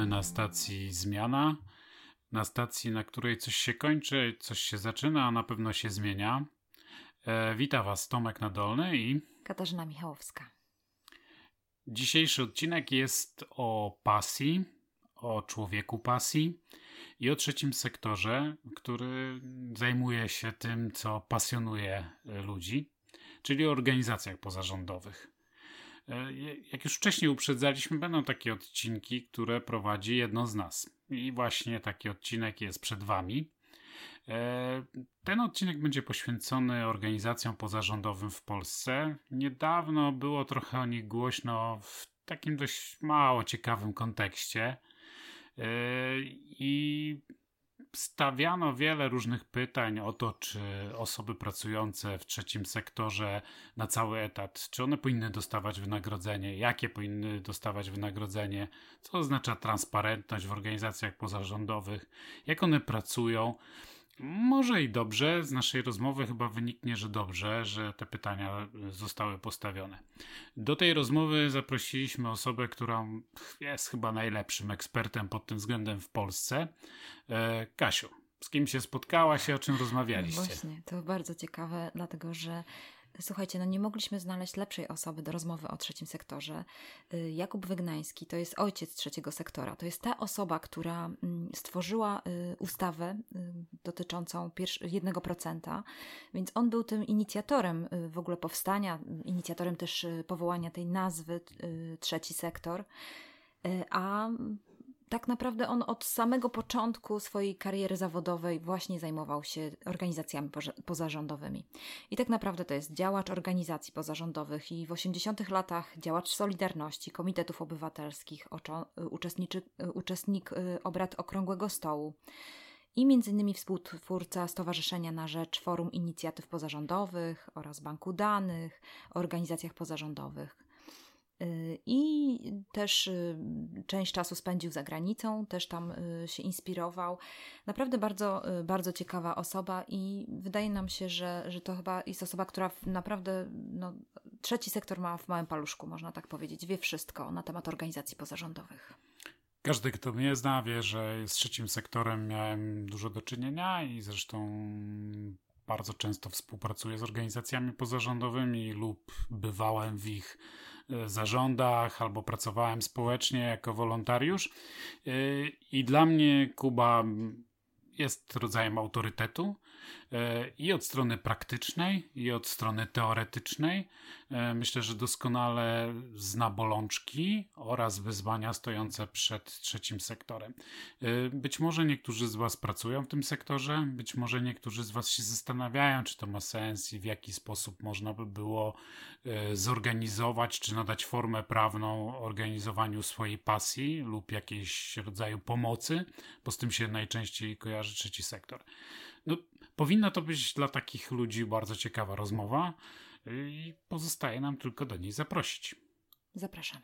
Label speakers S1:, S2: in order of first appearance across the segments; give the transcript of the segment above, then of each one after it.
S1: Witamy na stacji Zmiana, na stacji, na której coś się kończy, coś się zaczyna, a na pewno się zmienia. Witam Was Tomek Nadolny i
S2: Katarzyna Michałowska.
S1: Dzisiejszy odcinek jest o pasji, o człowieku pasji i o trzecim sektorze, który zajmuje się tym, co pasjonuje ludzi, czyli o organizacjach pozarządowych. Jak już wcześniej uprzedzaliśmy, będą takie odcinki, które prowadzi jedno z nas. I właśnie taki odcinek jest przed Wami. Ten odcinek będzie poświęcony organizacjom pozarządowym w Polsce. Niedawno było trochę o nich głośno w takim dość mało ciekawym kontekście. I stawiano wiele różnych pytań o to, czy osoby pracujące w trzecim sektorze na cały etat, czy one powinny dostawać wynagrodzenie, jakie powinny dostawać wynagrodzenie, co oznacza transparentność w organizacjach pozarządowych, jak one pracują. Może i dobrze, z naszej rozmowy chyba wyniknie, że dobrze, że te pytania zostały postawione. Do tej rozmowy zaprosiliśmy osobę, która jest chyba najlepszym ekspertem pod tym względem w Polsce. Kasiu, z kim się spotkałaś i o czym rozmawialiście?
S2: Właśnie, to bardzo ciekawe, dlatego że słuchajcie, nie mogliśmy znaleźć lepszej osoby do rozmowy o trzecim sektorze. Jakub Wygnański to jest ojciec trzeciego sektora. To jest ta osoba, która stworzyła ustawę dotyczącą 1%, więc on był tym inicjatorem w ogóle powstania, inicjatorem też powołania tej nazwy trzeci sektor, a tak naprawdę on od samego początku swojej kariery zawodowej właśnie zajmował się organizacjami pozarządowymi. I tak naprawdę to jest działacz organizacji pozarządowych i w 80-tych latach działacz Solidarności, komitetów obywatelskich, uczestnik obrad Okrągłego Stołu i m.in. współtwórca Stowarzyszenia na Rzecz Forum Inicjatyw Pozarządowych oraz Banku Danych o organizacjach pozarządowych. I też część czasu spędził za granicą, też tam się inspirował. Naprawdę bardzo, bardzo ciekawa osoba i wydaje nam się, że to chyba jest osoba, która naprawdę trzeci sektor ma w małym paluszku, można tak powiedzieć. Wie wszystko na temat organizacji pozarządowych.
S1: Każdy, kto mnie zna, wie, że z trzecim sektorem miałem dużo do czynienia i zresztą bardzo często współpracuję z organizacjami pozarządowymi lub bywałem w ich zarządach albo pracowałem społecznie jako wolontariusz. I dla mnie Kuba jest rodzajem autorytetu i od strony praktycznej, i od strony teoretycznej. Myślę, że doskonale zna bolączki oraz wyzwania stojące przed trzecim sektorem. Być może niektórzy z Was pracują w tym sektorze, być może niektórzy z Was się zastanawiają, czy to ma sens i w jaki sposób można by było zorganizować, czy nadać formę prawną organizowaniu swojej pasji lub jakiegoś rodzaju pomocy, bo z tym się najczęściej kojarzy trzeci sektor. Powinna to być dla takich ludzi bardzo ciekawa rozmowa i pozostaje nam tylko do niej zaprosić.
S2: Zapraszamy.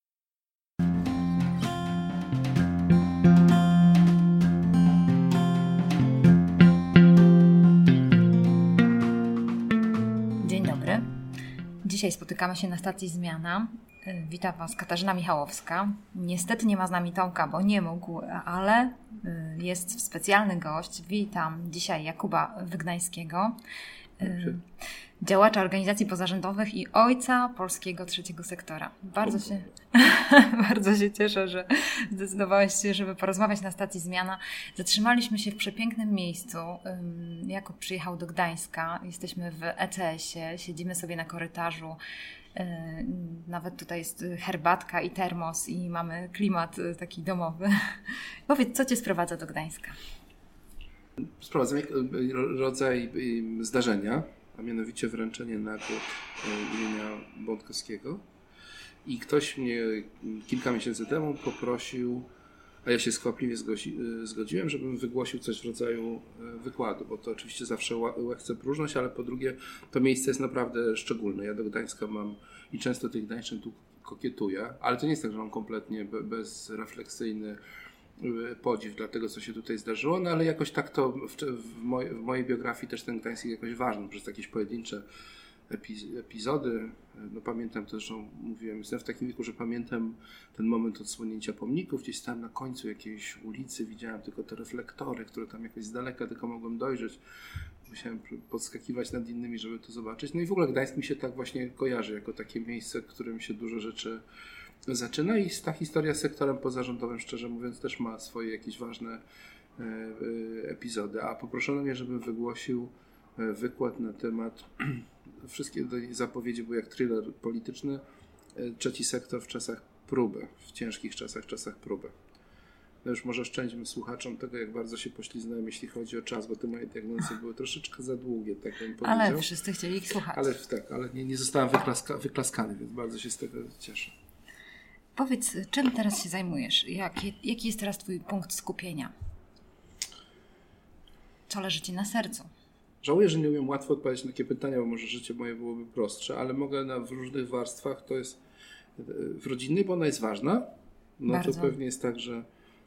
S2: Dzień dobry. Dzisiaj spotykamy się na stacji Zmiana. Witam Was Katarzyna Michałowska. Niestety nie ma z nami Tomka, bo nie mógł, ale jest specjalny gość. Witam dzisiaj Jakuba Wygnańskiego, działacza organizacji pozarządowych i ojca polskiego trzeciego sektora. Bardzo się cieszę, że zdecydowałeś się, żeby porozmawiać na stacji Zmiana. Zatrzymaliśmy się w przepięknym miejscu. Jakub przyjechał do Gdańska. Jesteśmy w ECS-ie, siedzimy sobie na korytarzu. Nawet tutaj jest herbatka i termos i mamy klimat taki domowy. Powiedz, co Cię sprowadza do Gdańska?
S3: Sprowadza mnie rodzaj zdarzenia, a mianowicie wręczenie nagród imienia Bątkowskiego. I ktoś mnie kilka miesięcy temu poprosił, a ja się skwapliwie zgodziłem, żebym wygłosił coś w rodzaju wykładu, bo to oczywiście zawsze łechce próżność, ale po drugie to miejsce jest naprawdę szczególne. Ja do Gdańska mam i często tych gdańszczyn tu kokietuję, ale to nie jest tak, że mam kompletnie bezrefleksyjny podziw dla tego, co się tutaj zdarzyło, no ale jakoś tak to w mojej biografii też ten Gdańsk jest jakoś ważny przez jakieś pojedyncze epizody. No pamiętam też, że mówiłem, jestem w takim wieku, że pamiętam ten moment odsłonięcia pomników. Gdzieś tam na końcu jakiejś ulicy widziałem tylko te reflektory, które tam jakoś z daleka tylko mogłem dojrzeć. Musiałem podskakiwać nad innymi, żeby to zobaczyć. No i w ogóle Gdańsk mi się tak właśnie kojarzy, jako takie miejsce, w którym się dużo rzeczy zaczyna i ta historia z sektorem pozarządowym, szczerze mówiąc, też ma swoje jakieś ważne epizody. A poproszono mnie, żebym wygłosił wykład na temat, wszystkie zapowiedzi były jak thriller polityczny, trzeci sektor w czasach próby, w ciężkich czasach próby. No już może oszczędźmy słuchaczom tego, jak bardzo się pośliznąłem, jeśli chodzi o czas, bo te moje diagnozy były troszeczkę za długie, tak bym powiedział.
S2: Ale wszyscy chcieli ich słuchać.
S3: Ale nie zostałem wyklaskany, więc bardzo się z tego cieszę.
S2: Powiedz, czym teraz się zajmujesz? Jaki jest teraz twój punkt skupienia? Co leży ci na sercu?
S3: Żałuję, że nie umiem łatwo odpowiedzieć na takie pytania, bo może życie moje byłoby prostsze, ale mogę w różnych warstwach, to jest w rodzinnej, bo ona jest ważna. No bardzo. To pewnie jest tak, że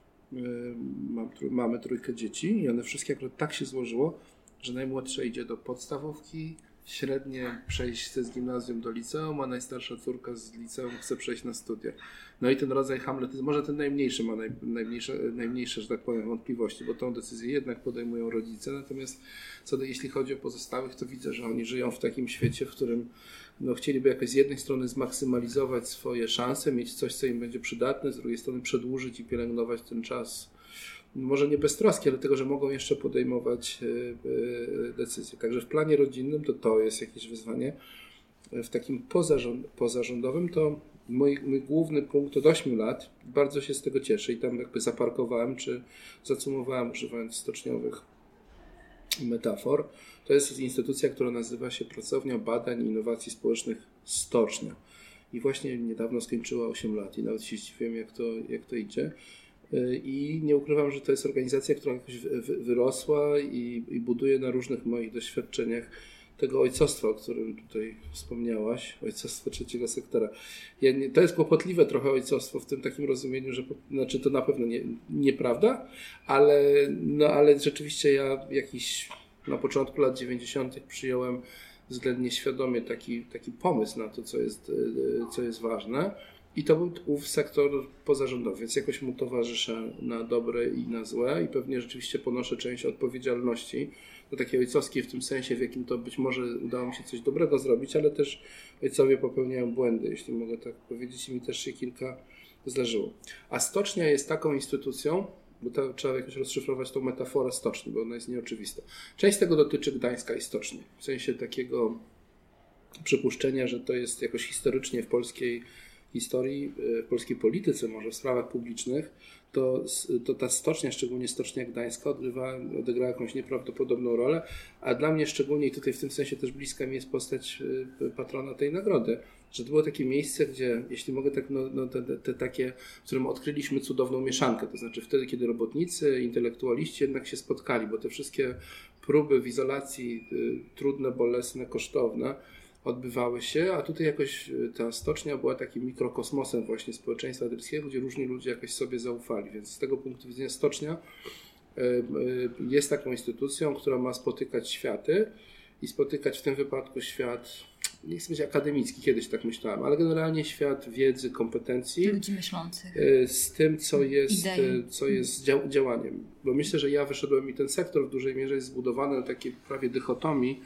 S3: mamy 3 dzieci i one wszystkie akurat tak się złożyło, że najmłodsza idzie do podstawówki, średnie przejść chce z gimnazjum do liceum, a najstarsza córka z liceum chce przejść na studia. No i ten rodzaj hamletyzmu, może ten najmniejszy ma najmniejsze, że tak powiem, wątpliwości, bo tą decyzję jednak podejmują rodzice, natomiast jeśli chodzi o pozostałych, to widzę, że oni żyją w takim świecie, w którym chcieliby jakoś z jednej strony zmaksymalizować swoje szanse, mieć coś, co im będzie przydatne, z drugiej strony przedłużyć i pielęgnować ten czas, może nie bez troski, ale tego, że mogą jeszcze podejmować decyzje. Także w planie rodzinnym to jest jakieś wyzwanie. W takim pozarządowym to mój główny punkt od 8 lat. Bardzo się z tego cieszę i tam jakby zaparkowałem, czy zacumowałem, używając stoczniowych metafor. To jest instytucja, która nazywa się Pracownia Badań i Innowacji Społecznych Stocznia. I właśnie niedawno skończyła 8 lat i nawet się zdziwiłem, jak to idzie. I nie ukrywam, że to jest organizacja, która jakoś wyrosła i buduje na różnych moich doświadczeniach tego ojcostwa, o którym tutaj wspomniałaś, ojcostwo trzeciego sektora. To jest kłopotliwe trochę ojcostwo w tym takim rozumieniu, że to na pewno nieprawda, ale rzeczywiście ja na początku lat 90. przyjąłem względnie świadomie taki pomysł na to, co jest ważne. I to był ów sektor pozarządowy, więc jakoś mu towarzyszę na dobre i na złe i pewnie rzeczywiście ponoszę część odpowiedzialności do takiej ojcowskiej w tym sensie, w jakim to być może udało mi się coś dobrego zrobić, ale też ojcowie popełniają błędy, jeśli mogę tak powiedzieć, i mi też się kilka zdarzyło. A stocznia jest taką instytucją, bo trzeba jakoś rozszyfrować tą metaforę stoczni, bo ona jest nieoczywista. Część z tego dotyczy Gdańska i stoczni, w sensie takiego przypuszczenia, że to jest jakoś historycznie w polskiej historii, w polskiej polityce, może w sprawach publicznych, to ta stocznia, szczególnie Stocznia Gdańska, odegrała jakąś nieprawdopodobną rolę, a dla mnie szczególnie, i tutaj w tym sensie też bliska mi jest postać patrona tej nagrody, że to było takie miejsce, gdzie, jeśli mogę tak, takie, w którym odkryliśmy cudowną mieszankę, to znaczy wtedy, kiedy robotnicy, intelektualiści jednak się spotkali, bo te wszystkie próby w izolacji, trudne, bolesne, kosztowne, odbywały się, a tutaj jakoś ta stocznia była takim mikrokosmosem właśnie społeczeństwa adyrskiego, gdzie różni ludzie jakoś sobie zaufali, więc z tego punktu widzenia stocznia jest taką instytucją, która ma spotykać światy i spotykać w tym wypadku świat, nie chcę powiedzieć akademicki, kiedyś tak myślałem, ale generalnie świat wiedzy, kompetencji.
S2: Ludzi myślących.
S3: Z tym, co jest działaniem. Bo myślę, że ja wyszedłem i ten sektor w dużej mierze jest zbudowany na takiej prawie dychotomii,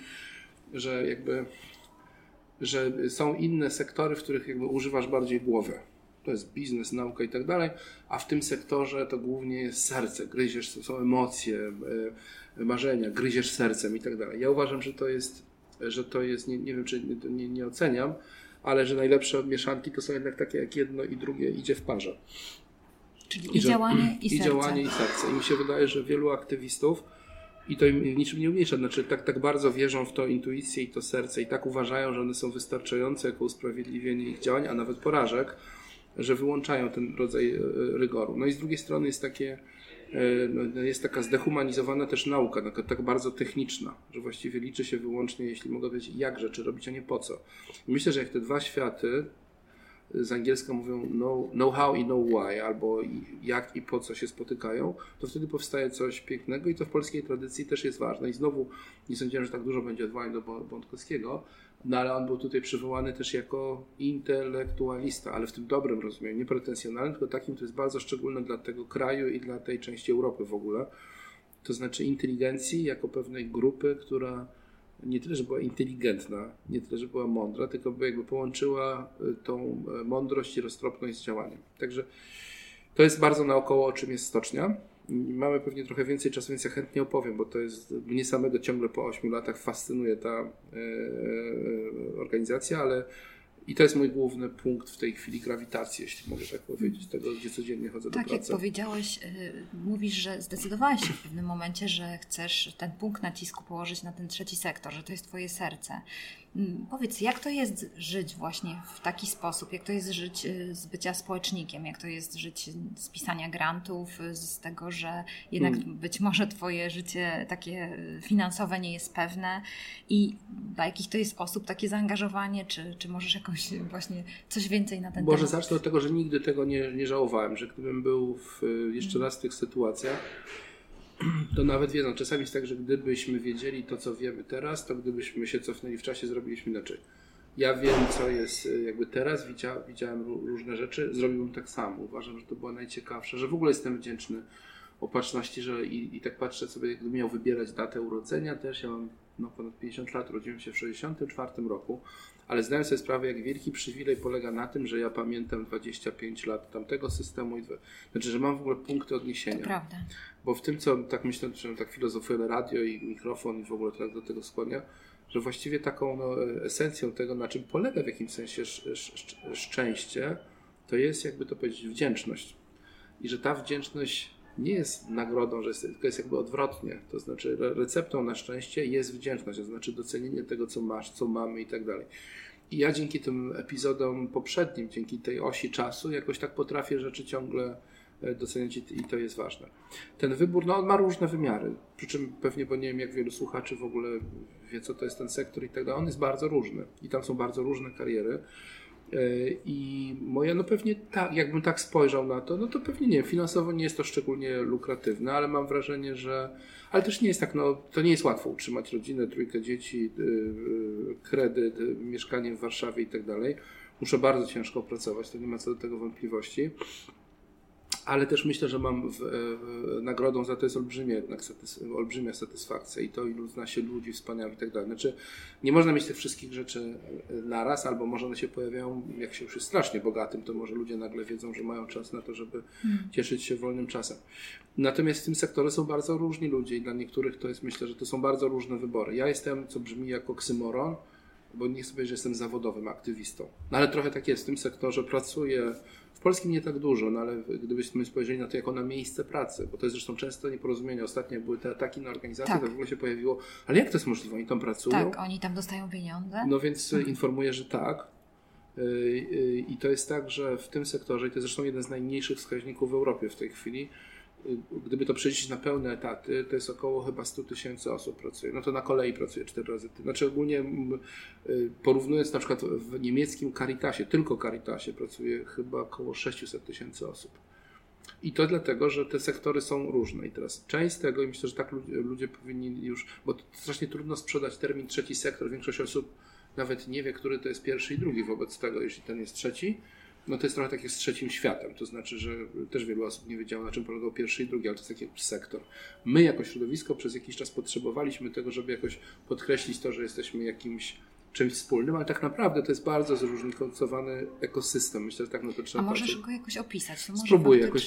S3: że są inne sektory, w których jakby używasz bardziej głowy. To jest biznes, nauka i tak dalej, a w tym sektorze to głównie jest serce, gryziesz, to są emocje, marzenia, gryziesz sercem i tak dalej. Ja uważam, że to jest nie wiem, czy nie oceniam, ale że najlepsze mieszanki to są jednak takie, jak jedno i drugie idzie w parze.
S2: Czyli i działanie, i serce.
S3: I działanie, i serce. I mi się wydaje, że wielu aktywistów, i to im niczym nie umniejsza, znaczy tak bardzo wierzą w to intuicję i to serce i tak uważają, że one są wystarczające jako usprawiedliwienie ich działań, a nawet porażek, że wyłączają ten rodzaj rygoru. No i z drugiej strony jest taka zdehumanizowana też nauka, tak bardzo techniczna, że właściwie liczy się wyłącznie, jeśli mogę powiedzieć, jak rzeczy robić, a nie po co. I myślę, że jak te dwa światy, z angielska mówią know how i know why, albo jak i po co się spotykają, to wtedy powstaje coś pięknego i to w polskiej tradycji też jest ważne. I znowu nie sądziłem, że tak dużo będzie odwołań do Bątkowskiego, No ale on był tutaj przywołany też jako intelektualista, ale w tym dobrym rozumieniu, nie pretensjonalnym, tylko takim, to jest bardzo szczególne dla tego kraju i dla tej części Europy w ogóle. To znaczy inteligencji jako pewnej grupy, która nie tyle, że była inteligentna, nie tyle, że była mądra, tylko by jakby połączyła tą mądrość i roztropność z działaniem. Także to jest bardzo naokoło, o czym jest stocznia. Mamy pewnie trochę więcej czasu, więc ja chętnie opowiem, bo to jest mnie samego ciągle po 8 latach fascynuje ta organizacja, ale i to jest mój główny punkt w tej chwili, grawitacji, jeśli mogę tak powiedzieć, tego, gdzie codziennie chodzę do pracy.
S2: Tak, jak powiedziałeś, mówisz, że zdecydowałeś się w pewnym momencie, że chcesz ten punkt nacisku położyć na ten trzeci sektor, że to jest twoje serce. Powiedz, jak to jest żyć właśnie w taki sposób? Jak to jest żyć z bycia społecznikiem? Jak to jest żyć z pisania grantów, z tego, że jednak być może twoje życie takie finansowe nie jest pewne? I dla jakich to jest osób takie zaangażowanie? Czy możesz jakoś właśnie coś więcej na ten temat?
S3: Może zacznę od tego, że nigdy tego nie żałowałem, że gdybym był jeszcze raz w tych sytuacjach, to nawet wiedzą, czasami jest tak, że gdybyśmy wiedzieli to, co wiemy teraz, to gdybyśmy się cofnęli w czasie, zrobiliśmy inaczej. Ja wiem, co jest jakby teraz, widziałem różne rzeczy, zrobiłbym tak samo. Uważam, że to było najciekawsze, że w ogóle jestem wdzięczny opatrzności, że i tak patrzę sobie, gdybym miał wybierać datę urodzenia też, ja mam ponad 50 lat, urodziłem się w 1964 roku, ale zdaję sobie sprawę, jak wielki przywilej polega na tym, że ja pamiętam 25 lat tamtego systemu, znaczy, że mam w ogóle punkty odniesienia.
S2: To prawda.
S3: Bo w tym, co tak myślę, że tak filozofuję, radio i mikrofon i w ogóle tak do tego skłania, że właściwie taką esencją tego, na czym polega w jakimś sensie szczęście, to jest, jakby to powiedzieć, wdzięczność. I że ta wdzięczność nie jest nagrodą, tylko jest jakby odwrotnie. To znaczy receptą na szczęście jest wdzięczność, to znaczy docenienie tego, co masz, co mamy i tak dalej. I ja dzięki tym epizodom poprzednim, dzięki tej osi czasu jakoś tak potrafię rzeczy ciągle doceniać i to jest ważne. Ten wybór, on ma różne wymiary, przy czym pewnie, bo nie wiem jak wielu słuchaczy w ogóle wie, co to jest ten sektor i tak dalej, on jest bardzo różny i tam są bardzo różne kariery. I moja, pewnie tak, jakbym tak spojrzał na to, to pewnie nie, finansowo nie jest to szczególnie lukratywne, ale mam wrażenie, że, ale też nie jest tak, to nie jest łatwo utrzymać rodzinę, 3 dzieci, kredyt, mieszkanie w Warszawie i tak dalej. Muszę bardzo ciężko pracować, to nie ma co do tego wątpliwości. Ale też myślę, że mam nagrodą za to jest olbrzymia satysfakcja i to, ilu zna się ludzi wspaniałych i tak dalej. Znaczy, nie można mieć tych wszystkich rzeczy naraz, albo może one się pojawiają, jak się już jest strasznie bogatym, to może ludzie nagle wiedzą, że mają czas na to, żeby cieszyć się wolnym czasem. Natomiast w tym sektorze są bardzo różni ludzie i dla niektórych to jest, myślę, że to są bardzo różne wybory. Ja jestem, co brzmi jak oksymoron, bo nie chcę powiedzieć, że jestem zawodowym aktywistą. Ale trochę tak jest, w tym sektorze pracuję. W polskim nie tak dużo, ale gdybyśmy spojrzeli na to jako na miejsce pracy, bo to jest zresztą często nieporozumienie. Ostatnio jak były te ataki na organizacje, to w ogóle się pojawiło, ale jak to jest możliwe? Oni tam pracują?
S2: Tak, oni tam dostają pieniądze.
S3: No więc informuję, że tak. I to jest tak, że w tym sektorze, i to jest zresztą jeden z najmniejszych wskaźników w Europie w tej chwili, gdyby to przeliczyć na pełne etaty, to jest około chyba 100 000 osób pracuje. No to na kolei pracuje 4 razy tyle. Znaczy ogólnie porównując na przykład w niemieckim Caritasie, tylko Caritasie pracuje chyba około 600 000 osób. I to dlatego, że te sektory są różne. I teraz część z tego, i myślę, że tak ludzie powinni już, bo to strasznie trudno sprzedać termin trzeci sektor. Większość osób nawet nie wie, który to jest pierwszy i drugi wobec tego, jeśli ten jest trzeci. No to jest trochę tak jak z trzecim światem, to znaczy, że też wielu osób nie wiedziało, na czym polegał pierwszy i drugi, ale to jest taki sektor. My jako środowisko przez jakiś czas potrzebowaliśmy tego, żeby jakoś podkreślić to, że jesteśmy jakimś czymś wspólnym, ale tak naprawdę to jest bardzo zróżnicowany ekosystem. Myślę, że tak na to trzeba patrzeć.
S2: A możesz go jakoś opisać? To
S3: spróbuję jakoś.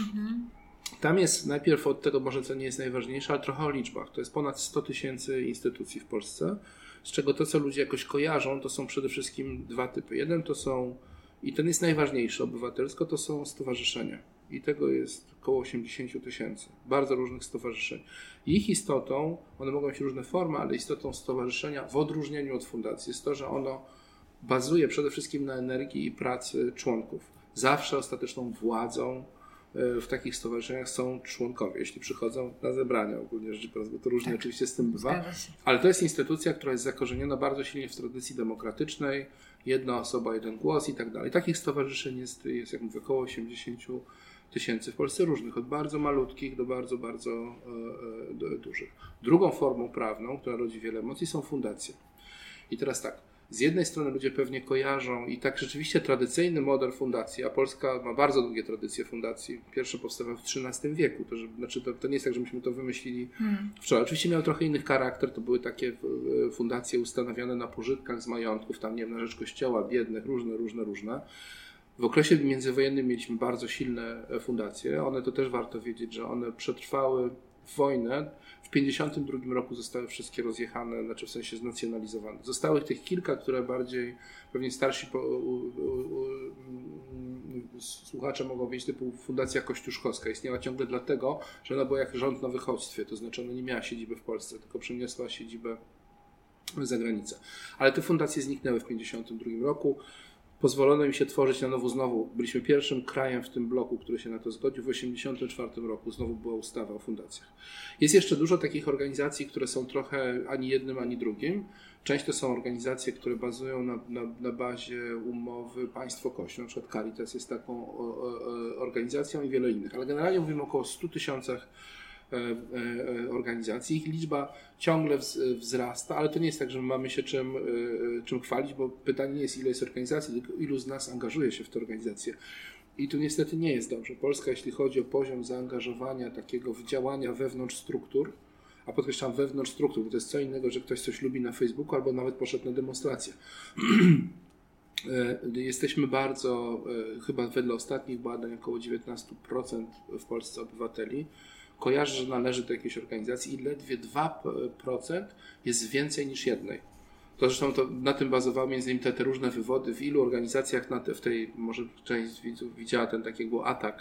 S3: Tam jest najpierw od tego może, co nie jest najważniejsze, ale trochę o liczbach. To jest ponad 100 000 instytucji w Polsce, z czego to, co ludzie jakoś kojarzą, to są przede wszystkim 2 typy. Jeden to są, i ten jest najważniejszy obywatelsko, to są stowarzyszenia. I tego jest około 80 000. Bardzo różnych stowarzyszeń. Ich istotą, one mogą mieć różne formy, ale istotą stowarzyszenia w odróżnieniu od fundacji jest to, że ono bazuje przede wszystkim na energii i pracy członków. Zawsze ostateczną władzą w takich stowarzyszeniach są członkowie, jeśli przychodzą na zebrania, ogólnie rzecz biorąc, bo to różnie oczywiście z tym bywa. Ale to jest instytucja, która jest zakorzeniona bardzo silnie w tradycji demokratycznej, jedna osoba, jeden głos i tak dalej. Takich stowarzyszeń jest jak mówię, około 80 000 w Polsce różnych, od bardzo malutkich do bardzo, bardzo dużych. Drugą formą prawną, która rodzi wiele emocji, są fundacje. I teraz tak, z jednej strony ludzie pewnie kojarzą i tak rzeczywiście tradycyjny model fundacji, a Polska ma bardzo długie tradycje fundacji, pierwsze powstawały w XIII wieku, to nie jest tak, że myśmy to wymyślili wczoraj. Oczywiście miał trochę inny charakter, to były takie fundacje ustanowione na pożytkach z majątków, tam nie wiem, na rzecz kościoła, biednych, różne. W okresie międzywojennym mieliśmy bardzo silne fundacje, one to też warto wiedzieć, że one przetrwały wojnę. W 1952 roku zostały wszystkie rozjechane, znaczy w sensie znacjonalizowane. Zostały tych kilka, które bardziej pewnie starsi słuchacze mogą wiedzieć, typu Fundacja Kościuszkowska. Istniała ciągle dlatego, że ona była jak rząd na wychodźstwie, to znaczy ona nie miała siedziby w Polsce, tylko przeniosła siedzibę za granicę. Ale te fundacje zniknęły w 1952 roku. Pozwolono im się tworzyć na nowo znowu. Byliśmy pierwszym krajem w tym bloku, który się na to zgodził. W 1984 roku znowu była ustawa o fundacjach. Jest jeszcze dużo takich organizacji, które są trochę ani jednym, ani drugim. Część to są organizacje, które bazują na bazie umowy państwo-kościół. Na przykład Caritas jest taką organizacją i wiele innych. Ale generalnie mówimy o około 100 000 organizacji. Ich liczba ciągle wzrasta, ale to nie jest tak, że mamy się czym chwalić, bo pytanie nie jest, ile jest organizacji, tylko ilu z nas angażuje się w te organizacje. I tu niestety nie jest dobrze. Polska, jeśli chodzi o poziom zaangażowania, takiego działania wewnątrz struktur, a podkreślam wewnątrz struktur, bo to jest co innego, że ktoś coś lubi na Facebooku albo nawet poszedł na demonstrację. Jesteśmy bardzo, chyba wedle ostatnich badań, około 19% w Polsce obywateli kojarzy, że należy do jakiejś organizacji i ledwie 2% jest więcej niż jednej. To zresztą na tym bazowały między innymi te różne wywody, w ilu organizacjach w tej, może część widzów widziała ten taki był atak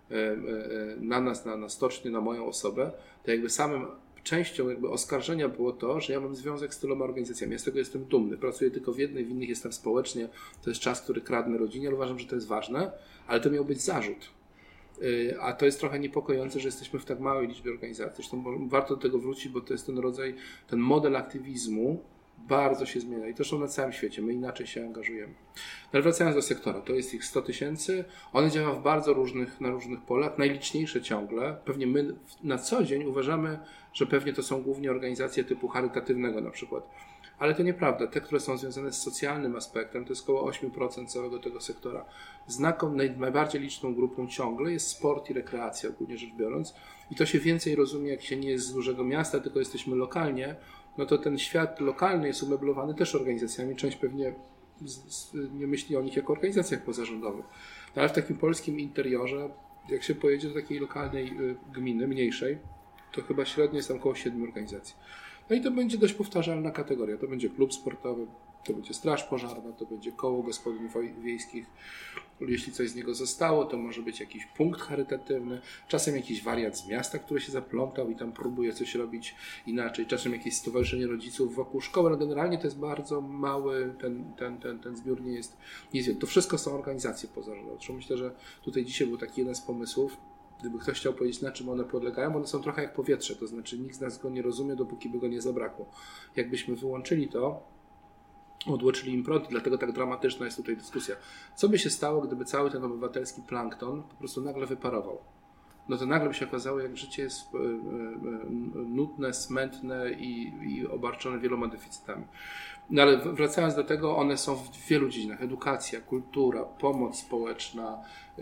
S3: na nas, na stocznię, na moją osobę, to jakby samym częścią jakby oskarżenia było to, że ja mam związek z tyloma organizacjami. Ja z tego jestem dumny. Pracuję tylko w jednej, w innych jestem społecznie. To jest czas, który kradnę rodzinie, ale uważam, że to jest ważne, ale to miał być zarzut. A to jest trochę niepokojące, że jesteśmy w tak małej liczbie organizacji. Zresztą warto do tego wrócić, bo to jest ten rodzaj, ten model aktywizmu bardzo się zmienia i zresztą na całym świecie. My inaczej się angażujemy. Ale wracając do sektora, to jest ich 100 000. One działają w bardzo na różnych polach, najliczniejsze ciągle. Pewnie my na co dzień uważamy, że pewnie to są głównie organizacje typu charytatywnego na przykład. Ale to nieprawda. Te, które są związane z socjalnym aspektem, to jest około 8% całego tego sektora. Najbardziej liczną grupą ciągle jest sport i rekreacja, ogólnie rzecz biorąc. I to się więcej rozumie, jak się nie jest z dużego miasta, tylko jesteśmy lokalnie, no to ten świat lokalny jest umeblowany też organizacjami. Część pewnie nie myśli o nich jako organizacjach pozarządowych. No ale w takim polskim interiorze, jak się pojedzie do takiej lokalnej gminy, mniejszej, to chyba średnio jest tam około 7 organizacji. No i to będzie dość powtarzalna kategoria. To będzie klub sportowy, to będzie straż pożarna, to będzie koło gospodyń wiejskich. Jeśli coś z niego zostało, to może być jakiś punkt charytatywny, czasem jakiś wariat z miasta, który się zaplątał i tam próbuje coś robić inaczej, czasem jakieś stowarzyszenie rodziców wokół szkoły, ale generalnie to jest bardzo mały, ten zbiór nie jest wielki. To wszystko są organizacje pozarządowe. Zresztą myślę, że tutaj dzisiaj był taki jeden z pomysłów, gdyby ktoś chciał powiedzieć, na czym one podlegają, bo one są trochę jak powietrze, to znaczy nikt z nas go nie rozumie, dopóki by go nie zabrakło. Jakbyśmy wyłączyli to, odłączyli im prąd, dlatego tak dramatyczna jest tutaj dyskusja. Co by się stało, gdyby cały ten obywatelski plankton po prostu nagle wyparował? No to nagle by się okazało, jak życie jest nudne, smętne i obarczone wieloma deficytami. No ale wracając do tego, one są w wielu dziedzinach. Edukacja, kultura, pomoc społeczna,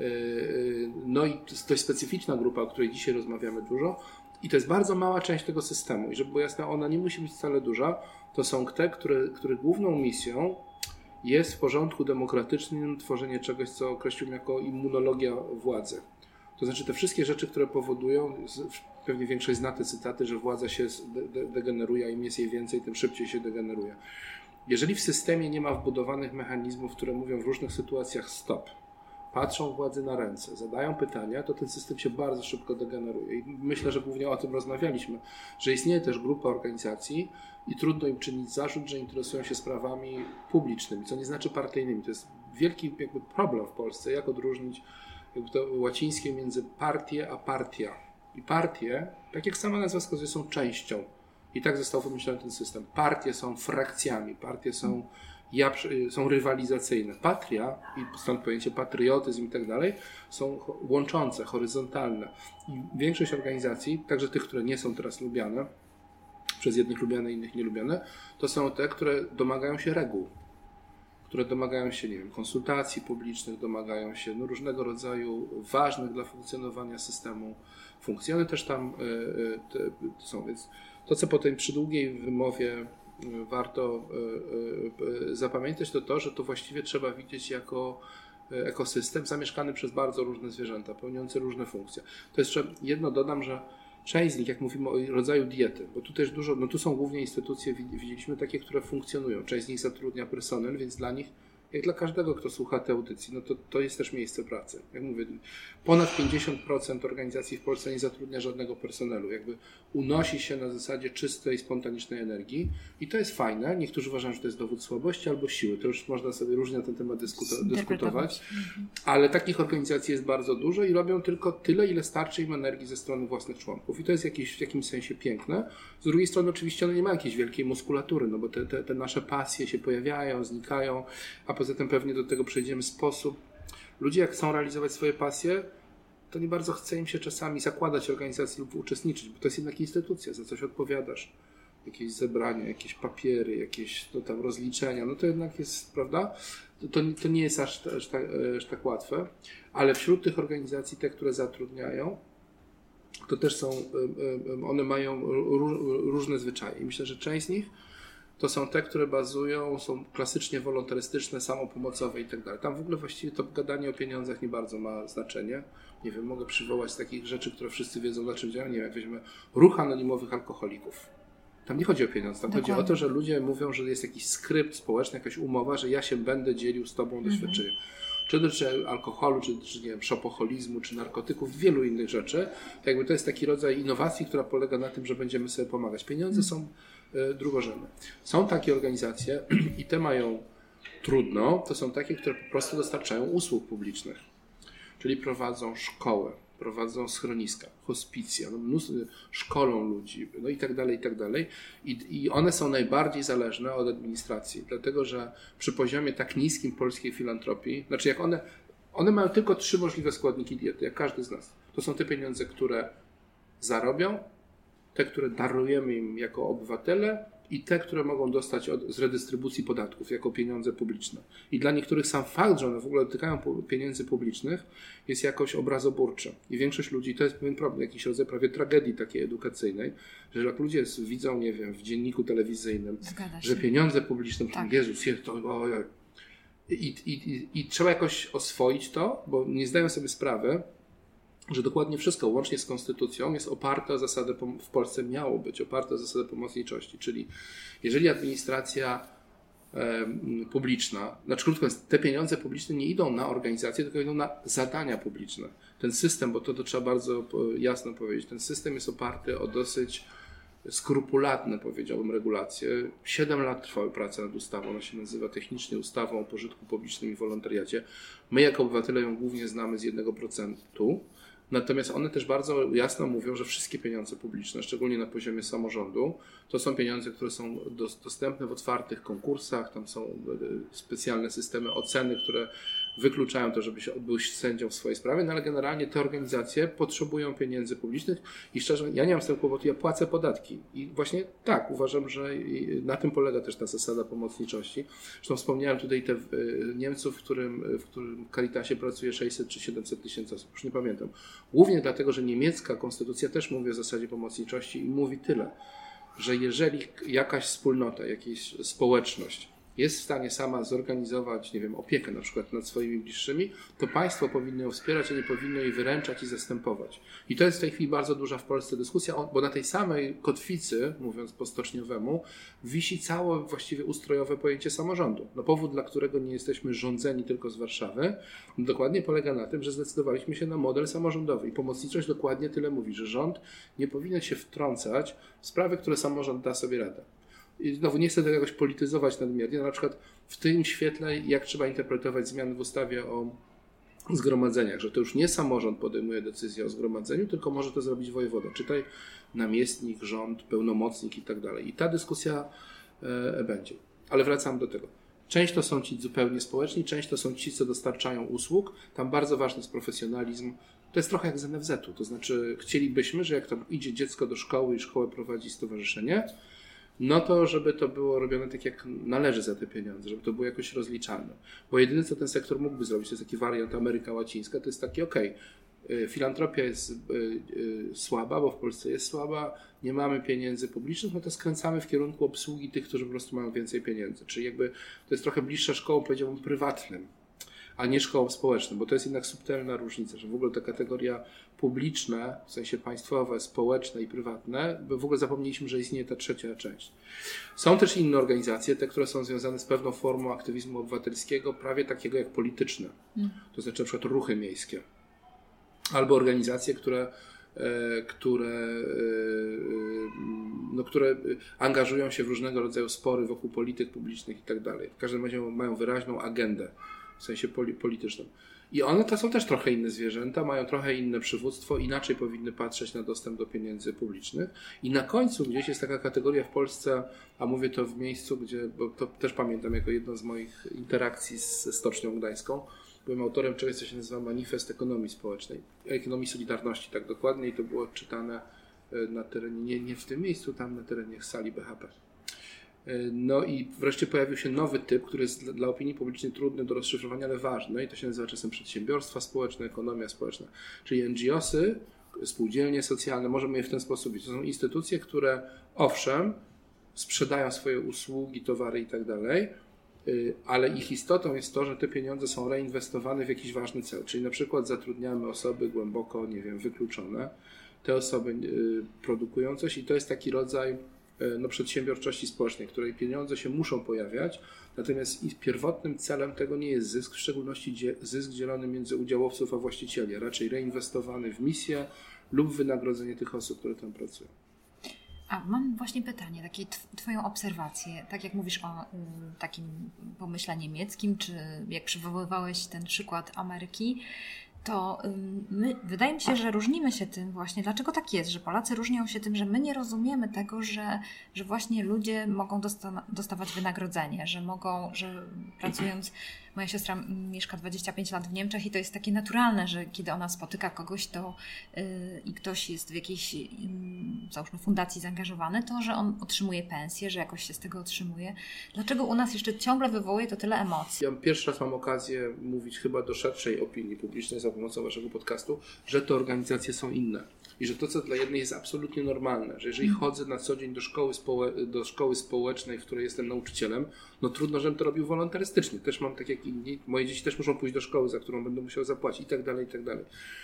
S3: no i to jest dość specyficzna grupa, o której dzisiaj rozmawiamy dużo. I to jest bardzo mała część tego systemu. I żeby było jasne, ona nie musi być wcale duża. To są te, których główną misją jest w porządku demokratycznym tworzenie czegoś, co określiłem jako immunologia władzy. To znaczy te wszystkie rzeczy, które powodują, pewnie większość zna te cytaty, że władza się degeneruje, a im jest jej więcej, tym szybciej się degeneruje. Jeżeli w systemie nie ma wbudowanych mechanizmów, które mówią w różnych sytuacjach stop, patrzą władzy na ręce, zadają pytania, to ten system się bardzo szybko degeneruje. I myślę, że głównie o tym rozmawialiśmy, że istnieje też grupa organizacji i trudno im czynić zarzut, że interesują się sprawami publicznymi, co nie znaczy partyjnymi. To jest wielki jakby problem w Polsce, jak odróżnić jakby to łacińskie między partię a partia. I partie, tak jak sama nazwa wskazuje, są częścią. I tak został wymyślony ten system. Partie są frakcjami, partie są rywalizacyjne. Patria, i stąd pojęcie patriotyzm i tak dalej, są łączące, horyzontalne. I większość organizacji, także tych, które nie są teraz lubiane, przez jednych lubiane, innych nielubiane, to są te, które domagają się reguł. które domagają się, nie wiem, konsultacji publicznych, domagają się różnego rodzaju ważnych dla funkcjonowania systemu funkcji. One też tam są, więc to, co po tej przydługiej wymowie warto zapamiętać, to, że to właściwie trzeba widzieć jako ekosystem zamieszkany przez bardzo różne zwierzęta, pełniące różne funkcje. To jeszcze jedno dodam, że część z nich, jak mówimy o rodzaju diety, bo tu też dużo, tu są głównie instytucje, widzieliśmy takie, które funkcjonują. Część z nich zatrudnia personel, więc dla nich, jak dla każdego, kto słucha tej audycji, to jest też miejsce pracy. Jak mówię, ponad 50% organizacji w Polsce nie zatrudnia żadnego personelu. Jakby unosi się na zasadzie czystej, spontanicznej energii i to jest fajne. Niektórzy uważają, że to jest dowód słabości albo siły. To już można sobie różnie na ten temat dyskutować. Ale takich organizacji jest bardzo dużo i robią tylko tyle, ile starczy im energii ze strony własnych członków. I to jest w jakimś sensie piękne. Z drugiej strony oczywiście one nie mają jakiejś wielkiej muskulatury, no bo te nasze pasje się pojawiają, znikają, a poza tym pewnie do tego przejdziemy sposób. Ludzie jak chcą realizować swoje pasje, to nie bardzo chce im się czasami zakładać organizacji lub uczestniczyć, bo to jest jednak instytucja, za coś odpowiadasz. Jakieś zebrania, jakieś papiery, jakieś tam rozliczenia, no to jednak jest, prawda? To nie jest aż tak łatwe, ale wśród tych organizacji, te, które zatrudniają, to też są, one mają różne zwyczaje i myślę, że część z nich to są te, które są klasycznie wolontarystyczne, samopomocowe i tak dalej. Tam w ogóle właściwie to gadanie o pieniądzach nie bardzo ma znaczenie. Nie wiem, mogę przywołać takich rzeczy, które wszyscy wiedzą, na czym działają. Nie wiem, jak weźmiemy ruch anonimowych alkoholików. Tam nie chodzi o pieniądze, tam chodzi o to, że ludzie mówią, że jest jakiś skrypt społeczny, jakaś umowa, że ja się będę dzielił z tobą doświadczeniem. Czy dotyczy alkoholu, czy nie wiem, szopoholizmu, czy narkotyków, wielu innych rzeczy. To jakby to jest taki rodzaj innowacji, która polega na tym, że będziemy sobie pomagać. Pieniądze są drugorzędne. Są takie organizacje i te mają trudno, to są takie, które po prostu dostarczają usług publicznych. Czyli prowadzą szkołę, prowadzą schroniska, hospicja, szkolą ludzi, no i tak dalej, i tak dalej. I one są najbardziej zależne od administracji, dlatego że przy poziomie tak niskim polskiej filantropii, znaczy jak one mają tylko 3 możliwe składniki diety, jak każdy z nas. To są te pieniądze, które zarobią, te, które darujemy im jako obywatele i te, które mogą dostać z redystrybucji podatków jako pieniądze publiczne. I dla niektórych sam fakt, że one w ogóle dotykają pieniędzy publicznych, jest jakoś obrazoburczy. I większość ludzi, to jest pewien problem, jakiś rodzaj prawie tragedii takiej edukacyjnej, że jak ludzie widzą, nie wiem, w dzienniku telewizyjnym, że pieniądze publiczne, tak. Jezus, i trzeba jakoś oswoić to, bo nie zdają sobie sprawy, że dokładnie wszystko, łącznie z konstytucją, jest oparte o zasadę, w Polsce miało być oparte o zasadę pomocniczości, czyli jeżeli administracja publiczna, znaczy krótko mówiąc, te pieniądze publiczne nie idą na organizacje, tylko idą na zadania publiczne. Ten system, bo to trzeba bardzo jasno powiedzieć, ten system jest oparty o dosyć skrupulatne, powiedziałbym, regulacje. 7 lat trwały prace nad ustawą, ona się nazywa technicznie ustawą o pożytku publicznym i wolontariacie. My jako obywatele ją głównie znamy z 1%. Natomiast one też bardzo jasno mówią, że wszystkie pieniądze publiczne, szczególnie na poziomie samorządu, to są pieniądze, które są dostępne w otwartych konkursach, tam są specjalne systemy oceny, które wykluczają to, żeby się odbyć sędzią w swojej sprawie, no ale generalnie te organizacje potrzebują pieniędzy publicznych i szczerze, ja nie mam z tym kłopotu, ja płacę podatki i właśnie tak, uważam, że na tym polega też ta zasada pomocniczości. Zresztą wspomniałem tutaj te Niemców, w którym Caritasie pracuje 600 czy 700 tysięcy osób, już nie pamiętam. Głównie dlatego, że niemiecka konstytucja też mówi o zasadzie pomocniczości i mówi tyle, że jeżeli jakaś wspólnota, jakaś społeczność jest w stanie sama zorganizować, nie wiem, opiekę na przykład nad swoimi bliższymi, to państwo powinno ją wspierać, a nie powinno jej wyręczać i zastępować. I to jest w tej chwili bardzo duża w Polsce dyskusja, bo na tej samej kotwicy, mówiąc po stoczniowemu, wisi całe właściwie ustrojowe pojęcie samorządu. No powód, dla którego nie jesteśmy rządzeni tylko z Warszawy, dokładnie polega na tym, że zdecydowaliśmy się na model samorządowy. I pomocniczość dokładnie tyle mówi, że rząd nie powinien się wtrącać w sprawy, które samorząd da sobie radę. I znowu nie chcę tego jakoś polityzować nadmiernie, na przykład w tym świetle, jak trzeba interpretować zmiany w ustawie o zgromadzeniach, że to już nie samorząd podejmuje decyzję o zgromadzeniu, tylko może to zrobić wojewoda, czytaj namiestnik, rząd, pełnomocnik i tak dalej. I ta dyskusja będzie. Ale wracam do tego. Część to są ci zupełnie społeczni, część to są ci, co dostarczają usług. Tam bardzo ważny jest profesjonalizm. To jest trochę jak z NFZ-u, to znaczy chcielibyśmy, że jak tam idzie dziecko do szkoły i szkołę prowadzi stowarzyszenie, no to żeby to było robione tak, jak należy za te pieniądze, żeby to było jakoś rozliczalne. Bo jedyne, co ten sektor mógłby zrobić, to jest taki wariant Ameryka Łacińska, to jest taki filantropia jest słaba, bo w Polsce jest słaba, nie mamy pieniędzy publicznych, no to skręcamy w kierunku obsługi tych, którzy po prostu mają więcej pieniędzy. Czyli jakby to jest trochę bliższa szkołom, powiedziałbym, prywatnym, a nie szkołom społecznym, bo to jest jednak subtelna różnica, że w ogóle ta kategoria publiczne, w sensie państwowe, społeczne i prywatne, bo w ogóle zapomnieliśmy, że istnieje ta trzecia część. Są też inne organizacje, te, które są związane z pewną formą aktywizmu obywatelskiego, prawie takiego jak polityczne. To znaczy na przykład ruchy miejskie. Albo organizacje, które angażują się w różnego rodzaju spory wokół polityk publicznych i tak dalej. W każdym razie mają wyraźną agendę, w sensie polityczną. I one to są też trochę inne zwierzęta, mają trochę inne przywództwo, inaczej powinny patrzeć na dostęp do pieniędzy publicznych. I na końcu gdzieś jest taka kategoria w Polsce, a mówię to w miejscu, gdzie, bo to też pamiętam jako jedną z moich interakcji ze Stocznią Gdańską, byłem autorem czegoś, co się nazywa Manifest Ekonomii Społecznej, Ekonomii Solidarności, tak dokładnie, i to było czytane na terenie, nie w tym miejscu, tam na terenie sali BHP. No i wreszcie pojawił się nowy typ, który jest dla opinii publicznej trudny do rozszyfrowania, ale ważny, i to się nazywa czasem przedsiębiorstwa społeczne, ekonomia społeczna, czyli NGO-sy, spółdzielnie socjalne, możemy je w ten sposób widzieć. To są instytucje, które owszem, sprzedają swoje usługi, towary i tak dalej, ale ich istotą jest to, że te pieniądze są reinwestowane w jakiś ważny cel, czyli na przykład zatrudniamy osoby głęboko, wykluczone, te osoby produkują coś i to jest taki rodzaj przedsiębiorczości społecznej, której pieniądze się muszą pojawiać, natomiast ich pierwotnym celem tego nie jest zysk, w szczególności zysk dzielony między udziałowców a właścicieli, a raczej reinwestowany w misję lub wynagrodzenie tych osób, które tam pracują.
S2: A mam właśnie pytanie, takie twoją obserwację, tak jak mówisz o takim pomyśle niemieckim, czy jak przywoływałeś ten przykład Ameryki, to wydaje mi się, że różnimy się tym właśnie. Dlaczego tak jest, że Polacy różnią się tym, że my nie rozumiemy tego, że właśnie ludzie mogą dostawać wynagrodzenie, że pracując, moja siostra mieszka 25 lat w Niemczech i to jest takie naturalne, że kiedy ona spotyka kogoś i ktoś jest w jakiejś, załóżmy, fundacji zaangażowany, to że on otrzymuje pensję, że jakoś się z tego otrzymuje. Dlaczego u nas jeszcze ciągle wywołuje to tyle emocji?
S3: Ja pierwszy raz mam okazję mówić chyba do szerszej opinii publicznej za pomocą waszego podcastu, że te organizacje są inne. I że to, co dla jednej jest absolutnie normalne, że jeżeli chodzę na co dzień do szkoły społecznej, w której jestem nauczycielem, no trudno, żebym to robił wolontarystycznie. Też mam tak jak inni, moje dzieci też muszą pójść do szkoły, za którą będę musiał zapłacić i tak dalej, i tak dalej.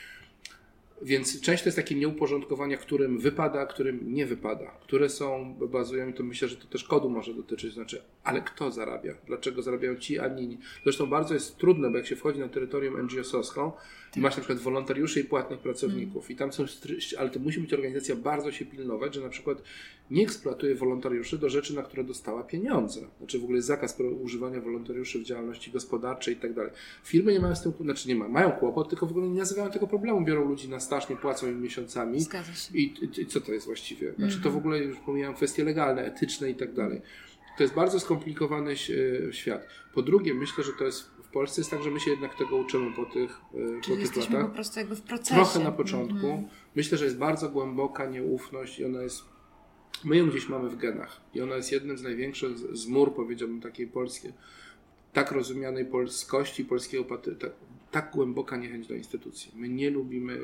S3: Więc część to jest takie nieuporządkowania, którym wypada, a którym nie wypada. Które bazują, i to myślę, że to też kodu może dotyczyć, znaczy, ale kto zarabia? Dlaczego zarabiają ci, a nie inni? Zresztą bardzo jest trudne, bo jak się wchodzi na terytorium NGO-sowską i masz na przykład wolontariuszy i płatnych pracowników i tam są, ale to musi być organizacja bardzo się pilnować, że na przykład nie eksploatuje wolontariuszy do rzeczy, na które dostała pieniądze. Znaczy w ogóle jest zakaz używania wolontariuszy w działalności gospodarczej i tak dalej. Firmy nie mają z tym, mają kłopot, tylko w ogóle nie nazywają tego problemu, biorą ludzi na staż, nie płacą im miesiącami.
S2: Zgadza się.
S3: I co to jest właściwie? Znaczy to w ogóle już pomijam kwestie legalne, etyczne i tak dalej. To jest bardzo skomplikowany świat. Po drugie, myślę, że to jest w Polsce jest tak, że my się jednak tego uczymy po tych
S2: jesteśmy
S3: latach.
S2: Po prostu jakby w procesie.
S3: Trochę na początku. Myślę, że jest bardzo głęboka nieufność i ona jest, my ją gdzieś mamy w genach. I ona jest jednym z największych zmór, powiedziałbym, takiej polskiej, tak rozumianej polskości, polskiego tak głęboka niechęć do instytucji. My nie lubimy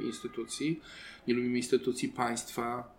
S3: instytucji państwa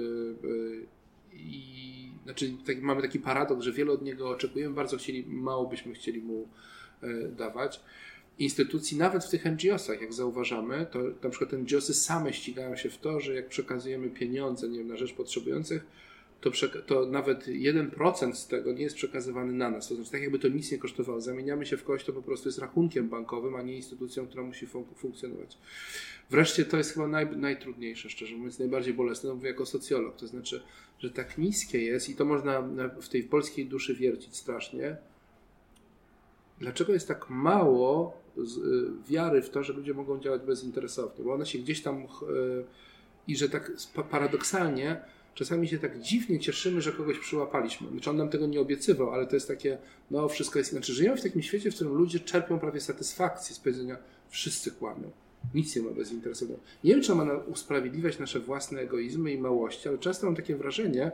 S3: i znaczy mamy taki paradoks, że wiele od niego oczekujemy, mało byśmy chcieli mu dawać. Instytucji, nawet w tych NGO-sach, jak zauważamy, to na przykład NGO-sy same ścigają się w to, że jak przekazujemy pieniądze, na rzecz potrzebujących, to nawet 1% z tego nie jest przekazywany na nas. To znaczy, tak jakby to nic nie kosztowało. Zamieniamy się w kogoś, to po prostu jest rachunkiem bankowym, a nie instytucją, która musi funkcjonować. Wreszcie to jest chyba najtrudniejsze, szczerze mówiąc, najbardziej bolesne, no mówię jako socjolog. To znaczy, że tak niskie jest i to można w tej polskiej duszy wiercić strasznie. Dlaczego jest tak mało wiary w to, że ludzie mogą działać bezinteresownie? Bo one się gdzieś tam i że tak paradoksalnie czasami się tak dziwnie cieszymy, że kogoś przyłapaliśmy. Znaczy on nam tego nie obiecywał, ale to jest takie, wszystko jest inaczej. Żyjemy w takim świecie, w którym ludzie czerpią prawie satysfakcję z powiedzenia, wszyscy kłamią. Nic nie ma bezinteresownego. Nie wiem, czy ma usprawiedliwiać nasze własne egoizmy i małości, ale często mam takie wrażenie,